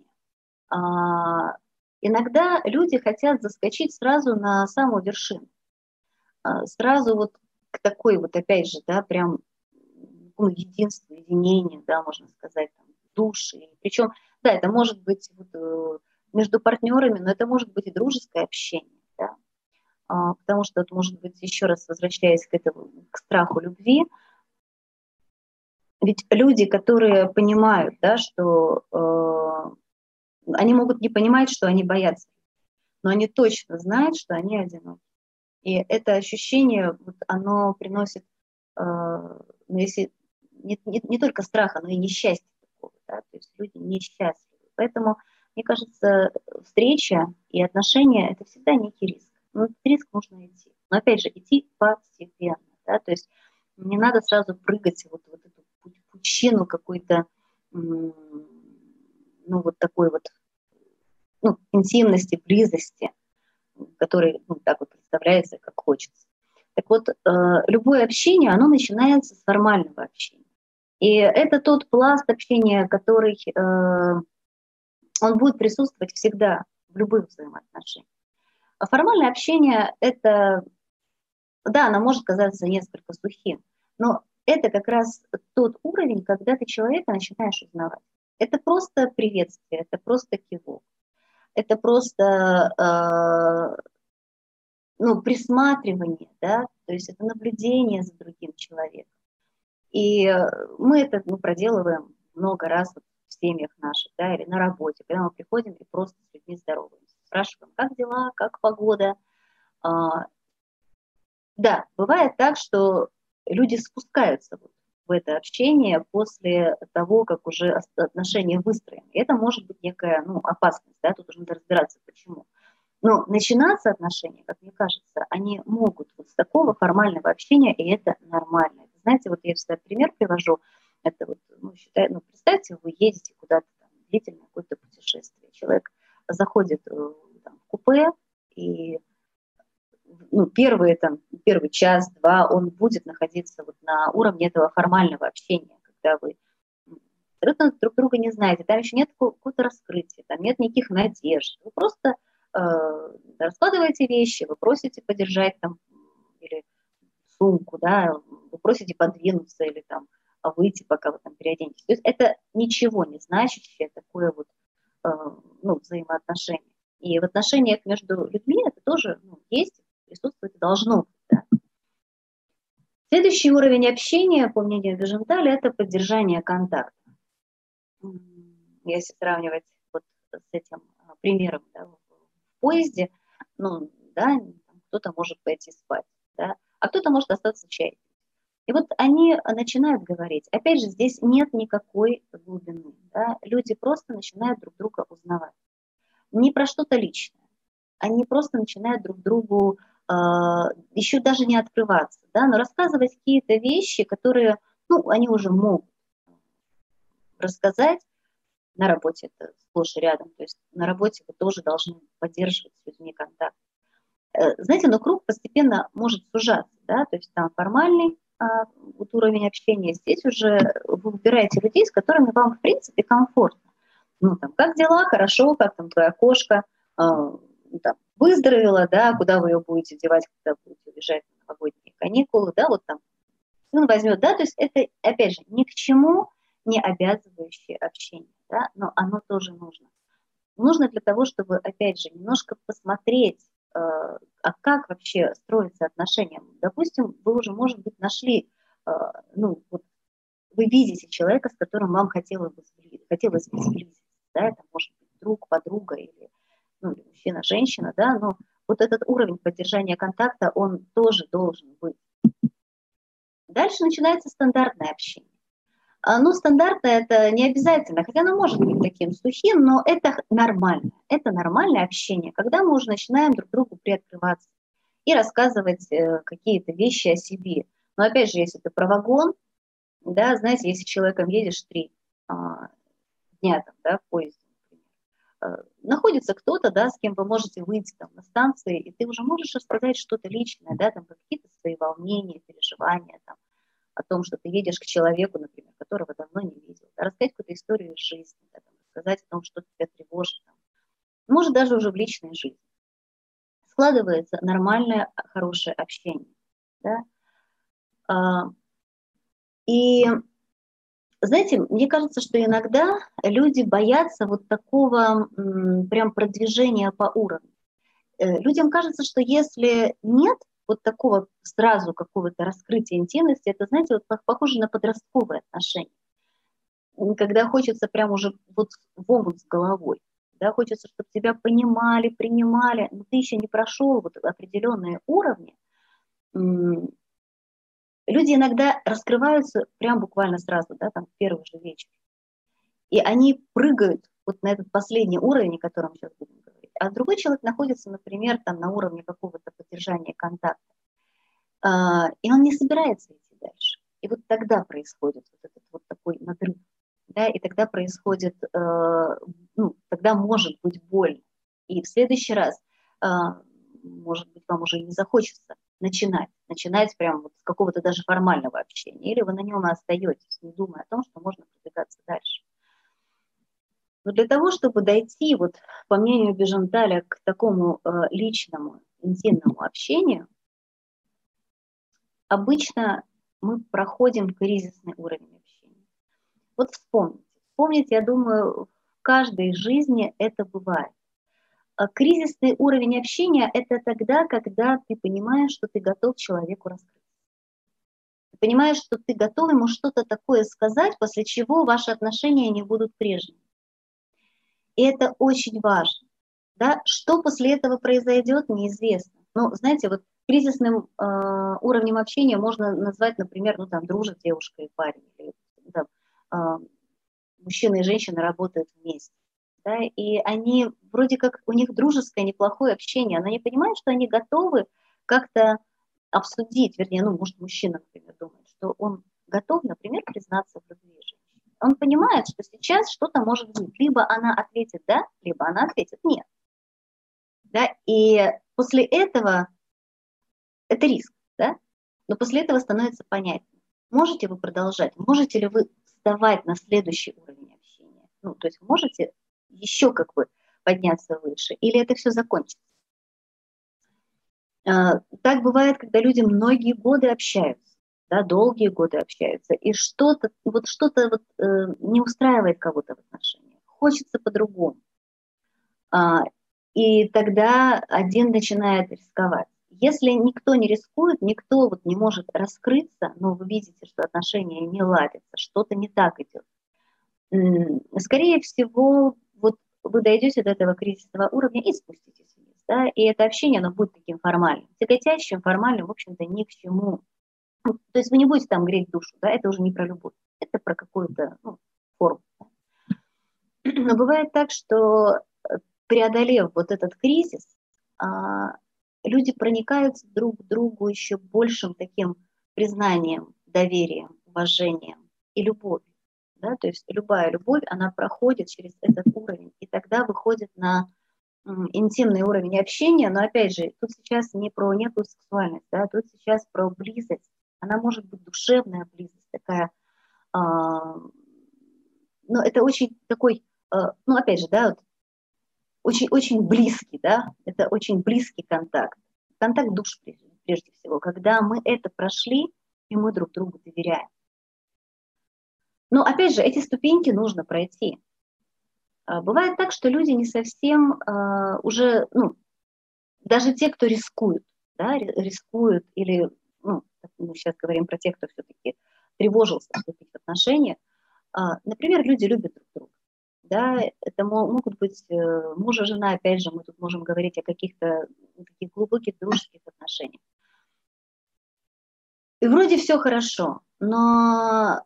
Иногда люди хотят заскочить сразу на самую вершину, сразу вот к такой вот, опять же, да, прям единству, единению, да, можно сказать, там, души. Причем, да, это может быть между партнерами, но это может быть и дружеское общение, да, потому что это может быть, еще раз возвращаясь к страху любви, ведь люди, которые понимают, да, что они могут не понимать, что они боятся, но они точно знают, что они одиноки. И это ощущение, оно приносит, если не только страха, но и несчастье такого, да, то есть люди несчастливы. Поэтому, мне кажется, встреча и отношения – это всегда некий риск. Но этот риск нужно идти. Но опять же, идти постепенно, да, то есть не надо сразу прыгать вот эту пучину какой-то, такой интимности, близости, который так вот представляется, как хочется. Так вот, любое общение, оно начинается с формального общения. И это тот пласт общения, который он будет присутствовать всегда в любых взаимоотношениях. А формальное общение – это, да, оно может казаться несколько сухим, но это как раз тот уровень, когда ты человека начинаешь узнавать. Это просто приветствие, это просто кивок, это просто присматривание, да, то есть это наблюдение за другим человеком. И мы это проделываем много раз в семьях наших, да, или на работе, когда мы приходим и просто с людьми здороваемся, спрашиваем, как дела, как погода. Да, бывает так, что люди спускаются в это общение после того, как уже отношения выстроены. И это может быть некая опасность, да, тут уже надо разбираться, почему. Но начинаться отношения, как мне кажется, они могут вот с такого формального общения, и это нормально. Знаете, вот я всегда пример привожу, это вот, представьте, вы едете куда-то, длительное какое-то путешествие, человек заходит в купе, и первый час-два он будет находиться вот на уровне этого формального общения, когда вы абсолютно друг друга не знаете, там еще нет какого-то раскрытия, там нет никаких надежд, вы просто раскладываете вещи, вы просите подержать там или сумку, да, вы просите подвинуться или там выйти, пока вы там переоденетесь. То есть это ничего не значащее такое вот взаимоотношение. И в отношениях между людьми это тоже есть, присутствовать должно быть. Да. Следующий уровень общения, по мнению Виженталя, это поддержание контакта. Если сравнивать вот с этим примером, да, в поезде, кто-то может пойти спать, да, а кто-то может остаться чай пить. И вот они начинают говорить. Опять же, здесь нет никакой глубины. Да? Люди просто начинают друг друга узнавать. Не про что-то личное. Они просто начинают друг другу еще даже не открываться, да, но рассказывать какие-то вещи, которые, они уже могут рассказать. На работе это сплошь и рядом. То есть на работе вы тоже должны поддерживать с людьми контакт. Знаете, но круг постепенно может сужаться, да, то есть там формальный уровень общения, здесь уже вы выбираете людей, с которыми вам, в принципе, комфортно. Как дела, хорошо, как там твоя кошка, выздоровела, да, куда вы ее будете девать, когда будете уезжать на новогодние каникулы, да, вот там сын возьмет, да, то есть это, опять же, ни к чему не обязывающее общение, да, но оно тоже нужно. Нужно для того, чтобы, опять же, немножко посмотреть, а как вообще строятся отношения. Допустим, вы уже, может быть, нашли, вы видите человека, с которым вам хотелось бы сблизиться, да, это может быть друг, подруга или мужчина, женщина, да, но вот этот уровень поддержания контакта, он тоже должен быть. Дальше начинается стандартное общение. Стандартное это не обязательно, хотя оно может быть таким сухим, но это нормально. Это нормальное общение, когда мы уже начинаем друг другу приоткрываться и рассказывать какие-то вещи о себе. Но опять же, если это про вагон, да, знаете, если с человеком едешь 3 дня там, да, в поезде, например, находится кто-то, да, с кем вы можете выйти там на станции, и ты уже можешь рассказать что-то личное, да, там какие-то свои волнения, переживания, там, о том, что ты едешь к человеку, например, которого давно не видел, да, рассказать какую-то историю из жизни, да, там, рассказать о том, что тебя тревожит, там, может, даже уже в личной жизни. Складывается нормальное, хорошее общение. Да? И, знаете, мне кажется, что иногда люди боятся вот такого прям продвижения по уровню. Людям кажется, что если нет вот такого сразу какого-то раскрытия интимности, это, знаете, вот похоже на подростковые отношения. Когда хочется прям уже вот в омут с головой, да, хочется, чтобы тебя понимали, принимали, но ты еще не прошел вот определенные уровни. Люди иногда раскрываются прям буквально сразу, да, там в первый же вечер. И они прыгают вот на этот последний уровень, о котором сейчас будем говорить. А другой человек находится, например, там на уровне какого-то поддержания контакта. И он не собирается идти дальше. И вот тогда происходит вот этот вот такой надрыв. Да, и тогда происходит, тогда может быть больно. И в следующий раз, может быть, вам уже не захочется начинать начинать прямо вот с какого-то даже формального общения, или вы на нем и остаетесь, не думая о том, что можно продвигаться дальше. Но для того, чтобы дойти, вот, по мнению Беженталя, к такому личному, интимному общению, обычно мы проходим кризисный уровень общения. Вот вспомните, я думаю, в каждой жизни это бывает. Кризисный уровень общения – это тогда, когда ты понимаешь, что ты готов человеку раскрыться. Ты понимаешь, что ты готов ему что-то такое сказать, после чего ваши отношения не будут прежними. И это очень важно. Да? Что после этого произойдет, неизвестно. Но, знаете, вот кризисным уровнем общения можно назвать, например, ну, там, дружат девушка и парень, или там, мужчина и женщина работают вместе. Да, и они вроде как, у них дружеское, неплохое общение, но они понимают, что они готовы как-то обсудить, вернее, ну, может, мужчина, например, думает, что он готов, например, признаться в любви женщине. Он понимает, что сейчас что-то может быть. Либо она ответит «да», либо она ответит «нет». Да? И после этого, это риск, да? Но после этого становится понятно, можете вы продолжать, можете ли вы вставать на следующий уровень общения. Ну, то есть можете еще как бы подняться выше, или это все закончится. Так бывает, когда люди многие годы общаются, да, долгие годы общаются, и что-то не устраивает кого-то в отношениях, хочется по-другому. И тогда один начинает рисковать. Если никто не рискует, никто вот не может раскрыться, но вы видите, что отношения не ладятся, что-то не так идет, скорее всего, вот вы дойдете до этого кризисного уровня и спуститесь вниз. Да? И это общение, оно будет таким формальным. Тяготящим, формальным, в общем-то, ни к чему. То есть вы не будете там греть душу, да? Это уже не про любовь, это про какую-то форму. Но бывает так, что преодолев вот этот кризис, люди проникаются друг к другу еще большим таким признанием, доверием, уважением и любовью. Да? То есть любая любовь, она проходит через этот уровень, и тогда выходит на интимный уровень общения. Но опять же, тут сейчас не про некую сексуальность, да? Тут сейчас про близость. Она может быть душевная близость, такая, но это очень такой, ну опять же, да, вот, очень близкий, да, это очень близкий контакт душ прежде всего, когда мы это прошли, и мы друг другу доверяем. Но опять же, эти ступеньки нужно пройти. Бывает так, что люди не совсем уже, ну, даже те, кто рискуют, да, рискуют, или, ну, мы сейчас говорим про тех, кто все-таки тревожился вступить в отношения, например, люди любят друг друга. Да, это могут быть муж и жена, опять же, мы тут можем говорить о каких-то таких глубоких дружеских отношениях. И вроде все хорошо, но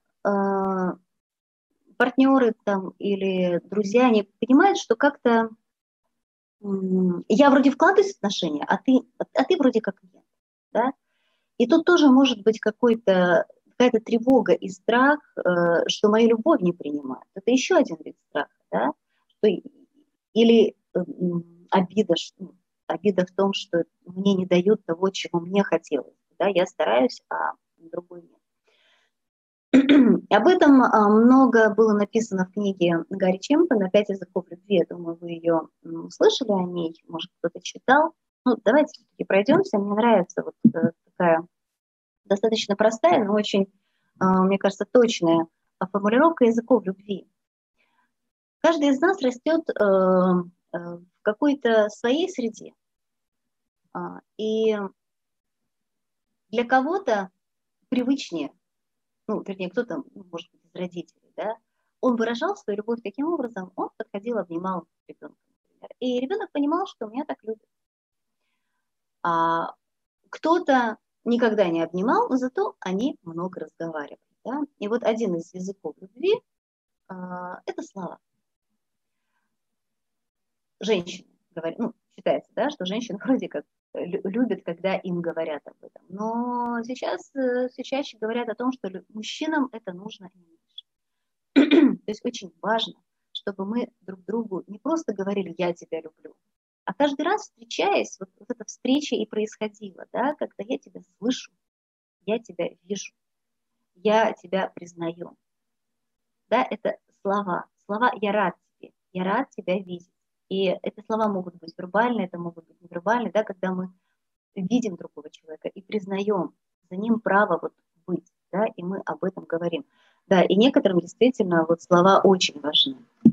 партнеры там или друзья, они понимают, что как-то я вроде вкладываюсь в отношения, а ты вроде как нет. Да? И тут тоже может быть какая-то тревога и страх, что мою любовь не принимают. Это еще один вид страха. Да? Или обида в том, что мне не дают того, чего мне хотелось. Да? Я стараюсь, а другой нет. Об этом много было написано в книге Гарри Чемпена «5 языков любви». Я думаю, вы ее слышали о ней, может, кто-то читал. Ну, давайте все-таки пройдемся. Мне нравится вот такая достаточно простая, но очень, мне кажется, точная формулировка языков любви. Каждый из нас растет в какой-то своей среде. И для кого-то привычнее, ну, вернее, кто-то, может быть, из родителей, да, он выражал свою любовь таким образом, он подходил, обнимал ребенка, например. И ребенок понимал, что меня так любят. А кто-то никогда не обнимал, но зато они много разговаривали. Да? И вот один из языков любви это слова. Женщины говорят, ну, считается, да, что женщины вроде как любят, когда им говорят об этом. Но сейчас все чаще говорят о том, что мужчинам это нужно и меньше. То есть очень важно, чтобы мы друг другу не просто говорили «я тебя люблю», А каждый раз, встречаясь, вот эта встреча и происходила, да, когда я тебя слышу, я тебя вижу, я тебя признаю. Да, это слова. Слова «я рад тебе», «я рад тебя видеть». И эти слова могут быть вербальные, это могут быть невербальные, да, когда мы видим другого человека и признаем за ним право вот быть, да, и мы об этом говорим. Да, и некоторым действительно вот слова очень важны.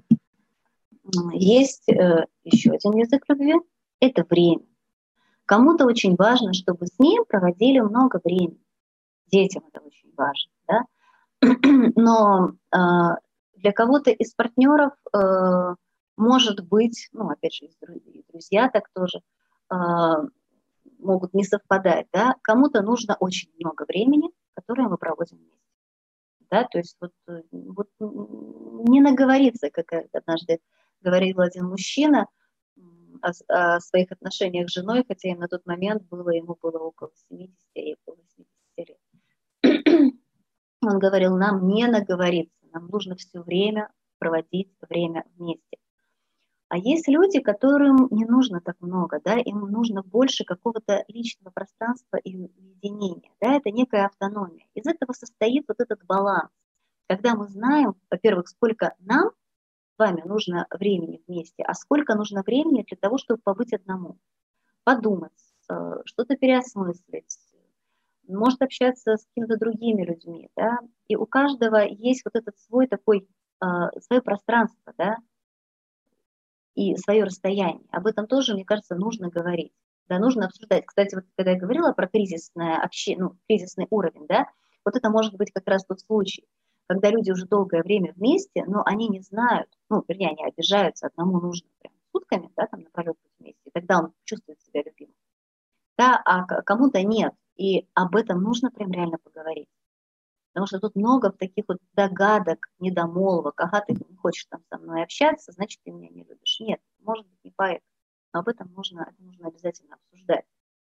Есть еще один язык любви – это время. Кому-то очень важно, чтобы с ним проводили много времени. Детям это очень важно, да. Но для кого-то из партнеров может быть, ну, опять же, и друзья так тоже могут не совпадать, да. Кому-то нужно очень много времени, которое мы проводим вместе. Да, то есть вот не наговориться, как однажды говорил один мужчина о своих отношениях с женой, хотя им на тот момент ему было около 70, и около 80 лет. Он говорил, нам не наговориться, нам нужно все время проводить время вместе. А есть люди, которым не нужно так много, да, им нужно больше какого-то личного пространства и уединения, да, это некая автономия. Из этого состоит вот этот баланс, когда мы знаем, во-первых, сколько нам с вами нужно времени вместе, а сколько нужно времени для того, чтобы побыть одному, подумать, что-то переосмыслить, может общаться с какими-то другими людьми, да, и у каждого есть вот этот свой такой, свое пространство, да, и свое расстояние. Об этом тоже, мне кажется, нужно говорить. Да, нужно обсуждать. Кстати, вот когда я говорила про кризисный уровень, да, вот это может быть как раз тот случай, когда люди уже долгое время вместе, но они не знают, ну, вернее, они обижаются, одному нужно прям сутками, да, там напролет быть вместе, и тогда он чувствует себя любимым. Да, а кому-то нет. И об этом нужно прям реально поговорить. Потому что тут много таких вот догадок, недомолвок. Ага, ты не хочешь там со мной общаться, значит, ты меня не любишь. Нет, может быть, не поэтому. Но об этом нужно обязательно обсуждать.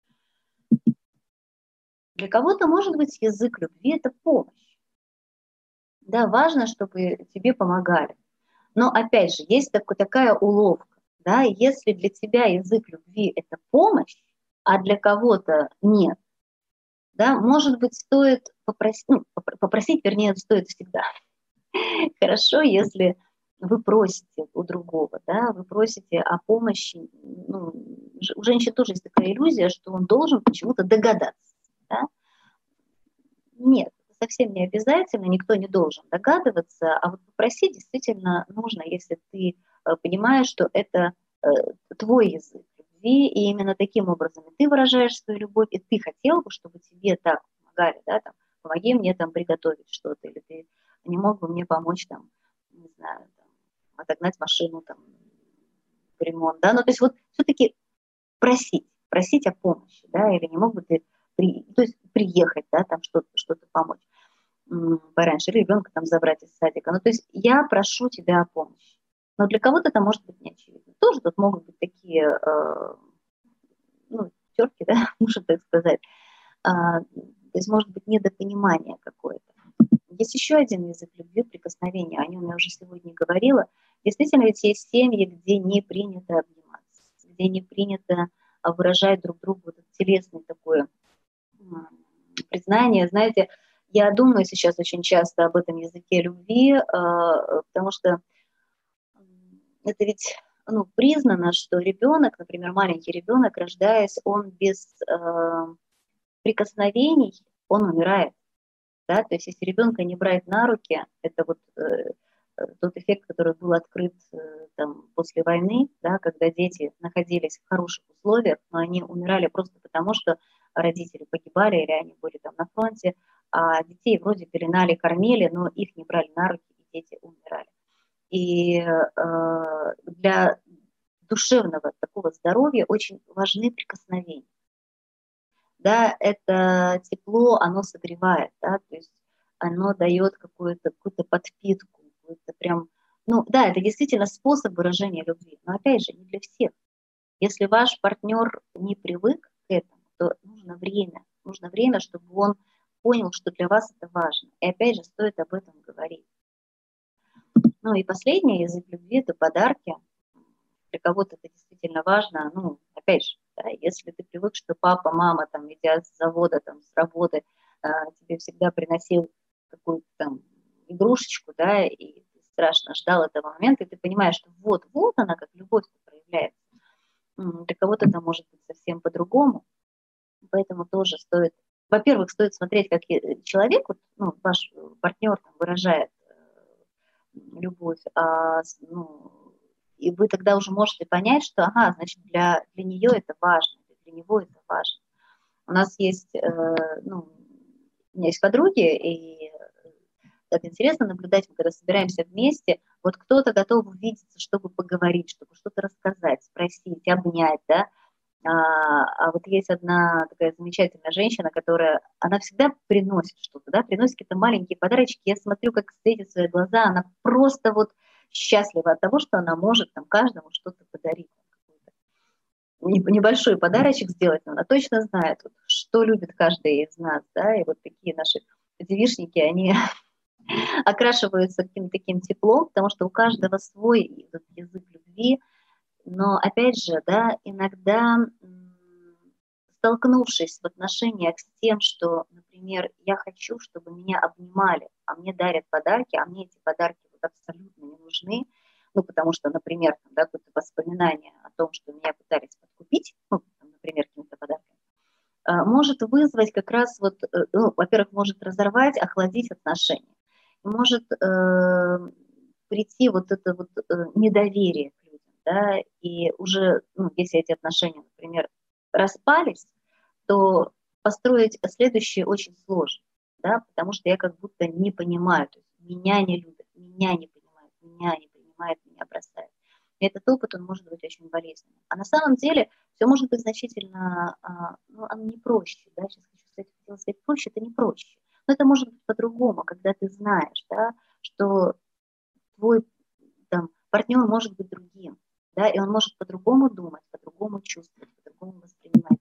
Для кого-то, может быть, язык любви – это помощь. Да, важно, чтобы тебе помогали. Но, опять же, есть такая уловка. Да, если для тебя язык любви – это помощь, а для кого-то нет, да, может быть, стоит попросить, вернее, стоит всегда. Хорошо, если вы просите у другого, да, вы просите о помощи. Ну, у женщин тоже есть такая иллюзия, что он должен почему-то догадаться. Да? Нет, совсем не обязательно, никто не должен догадываться, а вот попросить действительно нужно, если ты понимаешь, что это твой язык любви, и именно таким образом ты выражаешь свою любовь, и ты хотел бы, чтобы тебе так помогали, да, там, помоги мне там приготовить что-то, или ты не мог бы мне помочь там, не знаю, там, отогнать машину там в ремонт, да, ну, то есть вот все-таки просить о помощи, да, или не мог бы ты то есть приехать, да, там что-то помочь пораньше, или ребенка там забрать из садика. Ну, то есть я прошу тебя о помощи. Но для кого-то это может быть не очевидно. Тоже тут могут быть такие, терки, да, можно так сказать. То есть может быть недопонимание какое-то. Есть еще один язык любви, прикосновения. О нем я уже сегодня говорила. Действительно, ведь есть семьи, где не принято обниматься, где не принято выражать друг другу вот телесное такое признание. Знаете, я думаю сейчас очень часто об этом языке любви, потому что это ведь признано, что ребенок, например, маленький ребенок, рождаясь, он без прикосновений, он умирает. Да? То есть если ребенка не брать на руки, это вот тот эффект, который был открыт там, после войны, да, когда дети находились в хороших условиях, но они умирали просто потому, что родители погибали или они были там на фронте, а детей вроде пеленали, кормили, но их не брали на руки, и дети умирали. И для душевного такого здоровья очень важны прикосновения. Да, это тепло, оно согревает, да, то есть оно дает какую-то подпитку, какую-то прям, да, это действительно способ выражения любви, но опять же, не для всех. Если ваш партнер не привык к этому, то нужно время, чтобы он понял, что для вас это важно. И опять же, стоит об этом говорить. Ну и последний язык любви – это подарки. для кого-то это действительно важно. Ну, опять же, да, если ты привык, что папа, мама, там, идя с завода, там, с работы, тебе всегда приносил какую-то там игрушечку, да, и ты страшно ждал этого момента, и ты понимаешь, что вот она, как любовь проявляется. Для кого-то это может быть совсем по-другому, поэтому тоже стоит, во-первых, стоит смотреть, как человек, ну, ваш партнер там, выражает любовь, ну, и вы тогда уже можете понять, что, ага, значит, для нее это важно, для него это важно. У нас есть, ну, у меня есть подруги, и так интересно наблюдать, мы когда собираемся вместе, вот кто-то готов увидеться, чтобы поговорить, чтобы что-то рассказать, спросить, обнять, да. А вот есть одна такая замечательная женщина, которая, она всегда приносит что-то, да, приносит какие-то маленькие подарочки. Я смотрю, как светит свои глаза, она просто вот счастлива от того, что она может там каждому что-то подарить. Небольшой подарочек сделать, но она точно знает, вот, что любит каждый из нас, да, и вот такие наши девичники, они окрашиваются каким-то таким теплом, потому что у каждого свой язык любви. Но опять же, да, иногда столкнувшись в отношениях с тем, что, например, я хочу, чтобы меня обнимали, а мне дарят подарки, а мне эти подарки вот абсолютно не нужны, ну, потому что, например, там, да, какое-то воспоминание о том, что меня пытались подкупить, ну, там, например, каким-то подарком, может вызвать как раз вот, ну, во-первых, может разорвать, охладить отношения, может прийти вот это вот недоверие к людям, да, и уже, ну, если эти отношения, например, распались, то построить следующее очень сложно, да, потому что я как будто не понимаю, то есть меня не любят, меня не понимают, меня не принимают, меня бросают. И этот опыт, он может быть очень болезненным. А на самом деле все может быть значительно, ну, оно не проще, да, сейчас хотела сказать проще, это не проще. Но это может быть по-другому, когда ты знаешь, да, что твой там, партнер может быть другим, да, и он может по-другому думать, по-другому чувствовать, по-другому воспринимать.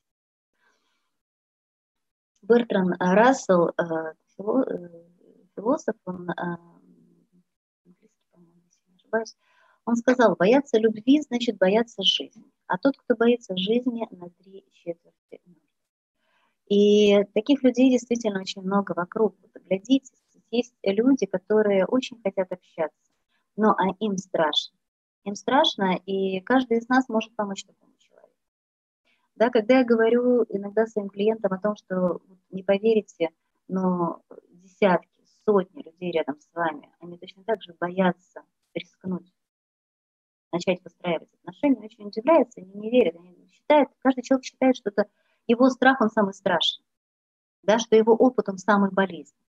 Бертран Рассел, философ, он, английский, по-моему, если не ошибаюсь, он сказал, бояться любви значит бояться жизни, а тот, кто боится жизни, на 3/4 мертв. И таких людей действительно очень много вокруг. Вот, глядите, есть люди, которые очень хотят общаться, но им страшно. Им страшно, и каждый из нас может помочь такому человеку. Да, когда я говорю иногда своим клиентам о том, что не поверите, но десятки, сотни людей рядом с вами, они точно так же боятся рискнуть, начать выстраивать отношения, они очень удивляются, они не верят, они считают, каждый человек считает, что это его страх, он самый страшный, да, что его опыт, он самый болезненный.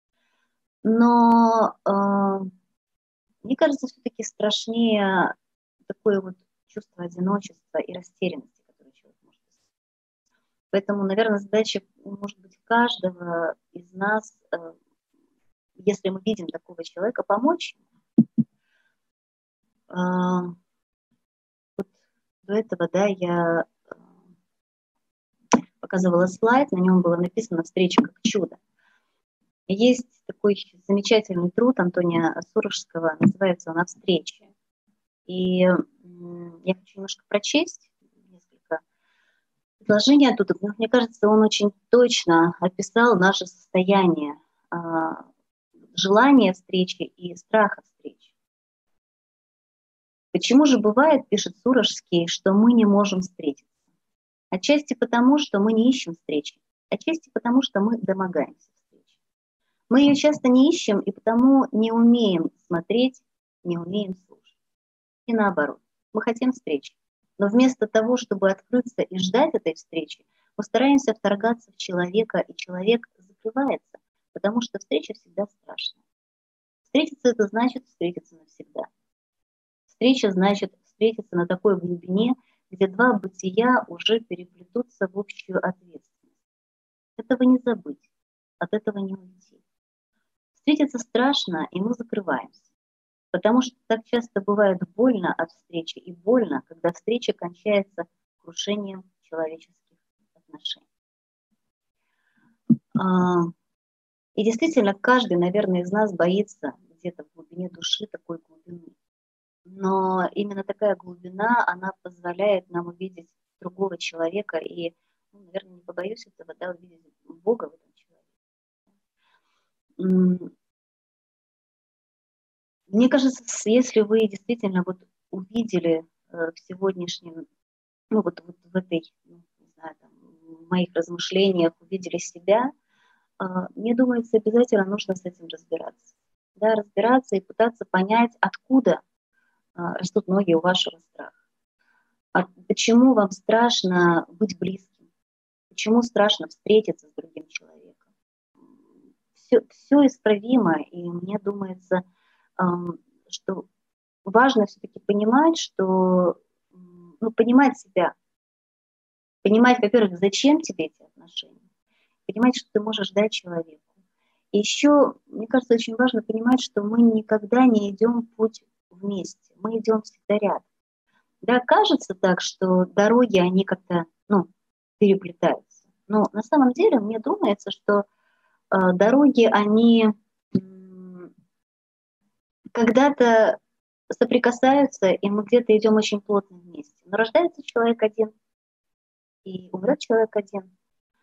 Но мне кажется, все-таки страшнее такое вот чувство одиночества и растерянности, которое человек может испытывать. Поэтому, наверное, задача может быть каждого из нас, если мы видим такого человека, помочь ему. Вот до этого, да, я показывала слайд, на нем было написано «Встреча как чудо». И есть такой замечательный труд Антония Сурожского, называется он «О встрече». И я хочу немножко прочесть несколько предложений оттуда. Мне кажется, он очень точно описал наше состояние желания встречи и страха встречи. Почему же бывает, пишет Сурожский, что мы не можем встретиться? Отчасти потому, что мы не ищем встречи, отчасти потому, что мы домогаемся встречи. Мы ее часто не ищем и потому не умеем смотреть, не умеем слушать. И наоборот, мы хотим встречи, но вместо того, чтобы открыться и ждать этой встречи, мы стараемся вторгаться в человека, и человек закрывается, потому что встреча всегда страшна. Встретиться — это значит встретиться навсегда. Встреча значит встретиться на такой глубине, где два бытия уже переплетутся в общую ответственность. Этого не забыть, от этого не уйти. Встретиться страшно, и мы закрываемся. Потому что так часто бывает больно от встречи, и больно, когда встреча кончается крушением человеческих отношений. И действительно, каждый, наверное, из нас боится где-то в глубине души такой глубины. Но Но именно такая глубина, она позволяет нам увидеть другого человека и, ну, наверное, не побоюсь этого, да, увидеть Бога в этом человеке. Мне кажется, если вы действительно вот увидели в сегодняшнем, ну вот в этой, ну, не знаю, там, в моих размышлениях увидели себя, мне думается, обязательно нужно с этим разбираться. Да, разбираться и пытаться понять, откуда растут ноги у вашего страха. Почему вам страшно быть близким? Почему страшно встретиться с другим человеком? Все исправимо, и мне думается, что важно все-таки понимать, что, ну, понимать себя, понимать, во-первых, зачем тебе эти отношения, понимать, что ты можешь дать человеку. И еще, мне кажется, очень важно понимать, что мы никогда не идем путь вместе, мы идем всегда рядом. Да, кажется так, что дороги, они как-то, ну, переплетаются. Но на самом деле мне думается, что дороги, они когда-то соприкасаются, и мы где-то идем очень плотно вместе. Но рождается человек один, и умрет человек один.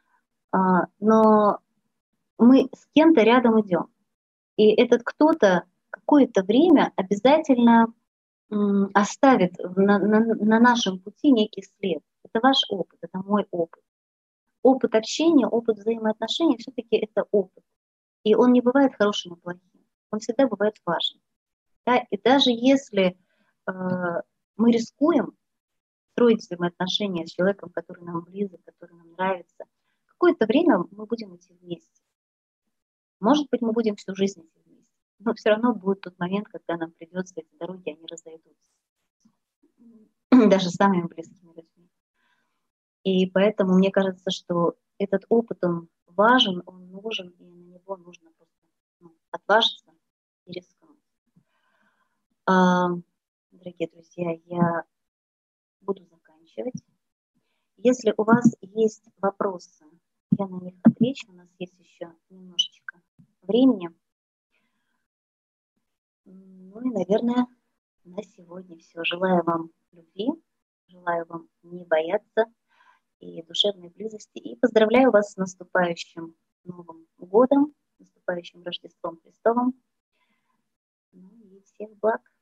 Но мы с кем-то рядом идем. И этот кто-то какое-то время обязательно оставит на нашем пути некий след. Это ваш опыт, это мой опыт. Опыт общения, опыт взаимоотношений все-таки это опыт. И он не бывает хорошим и плохим. Он всегда бывает важным. Да? И даже если мы рискуем строить взаимоотношения с человеком, который нам близок, который нам нравится, какое-то время мы будем идти вместе. Может быть, мы будем всю жизнь идти вместе. Но все равно будет тот момент, когда нам придется эти дороги, они разойдутся. Даже с самыми близкими людьми. И поэтому мне кажется, что этот опыт, он важен, он нужен, и на него нужно просто отважиться и рискнуть. Дорогие друзья, я буду заканчивать. Если у вас есть вопросы, я на них отвечу. У нас есть еще немножечко времени. Ну и, наверное, на сегодня все. Желаю вам любви, желаю вам не бояться и душевной близости. И поздравляю вас с наступающим Новым годом, наступающим Рождеством Христовым. Ну и всех благ.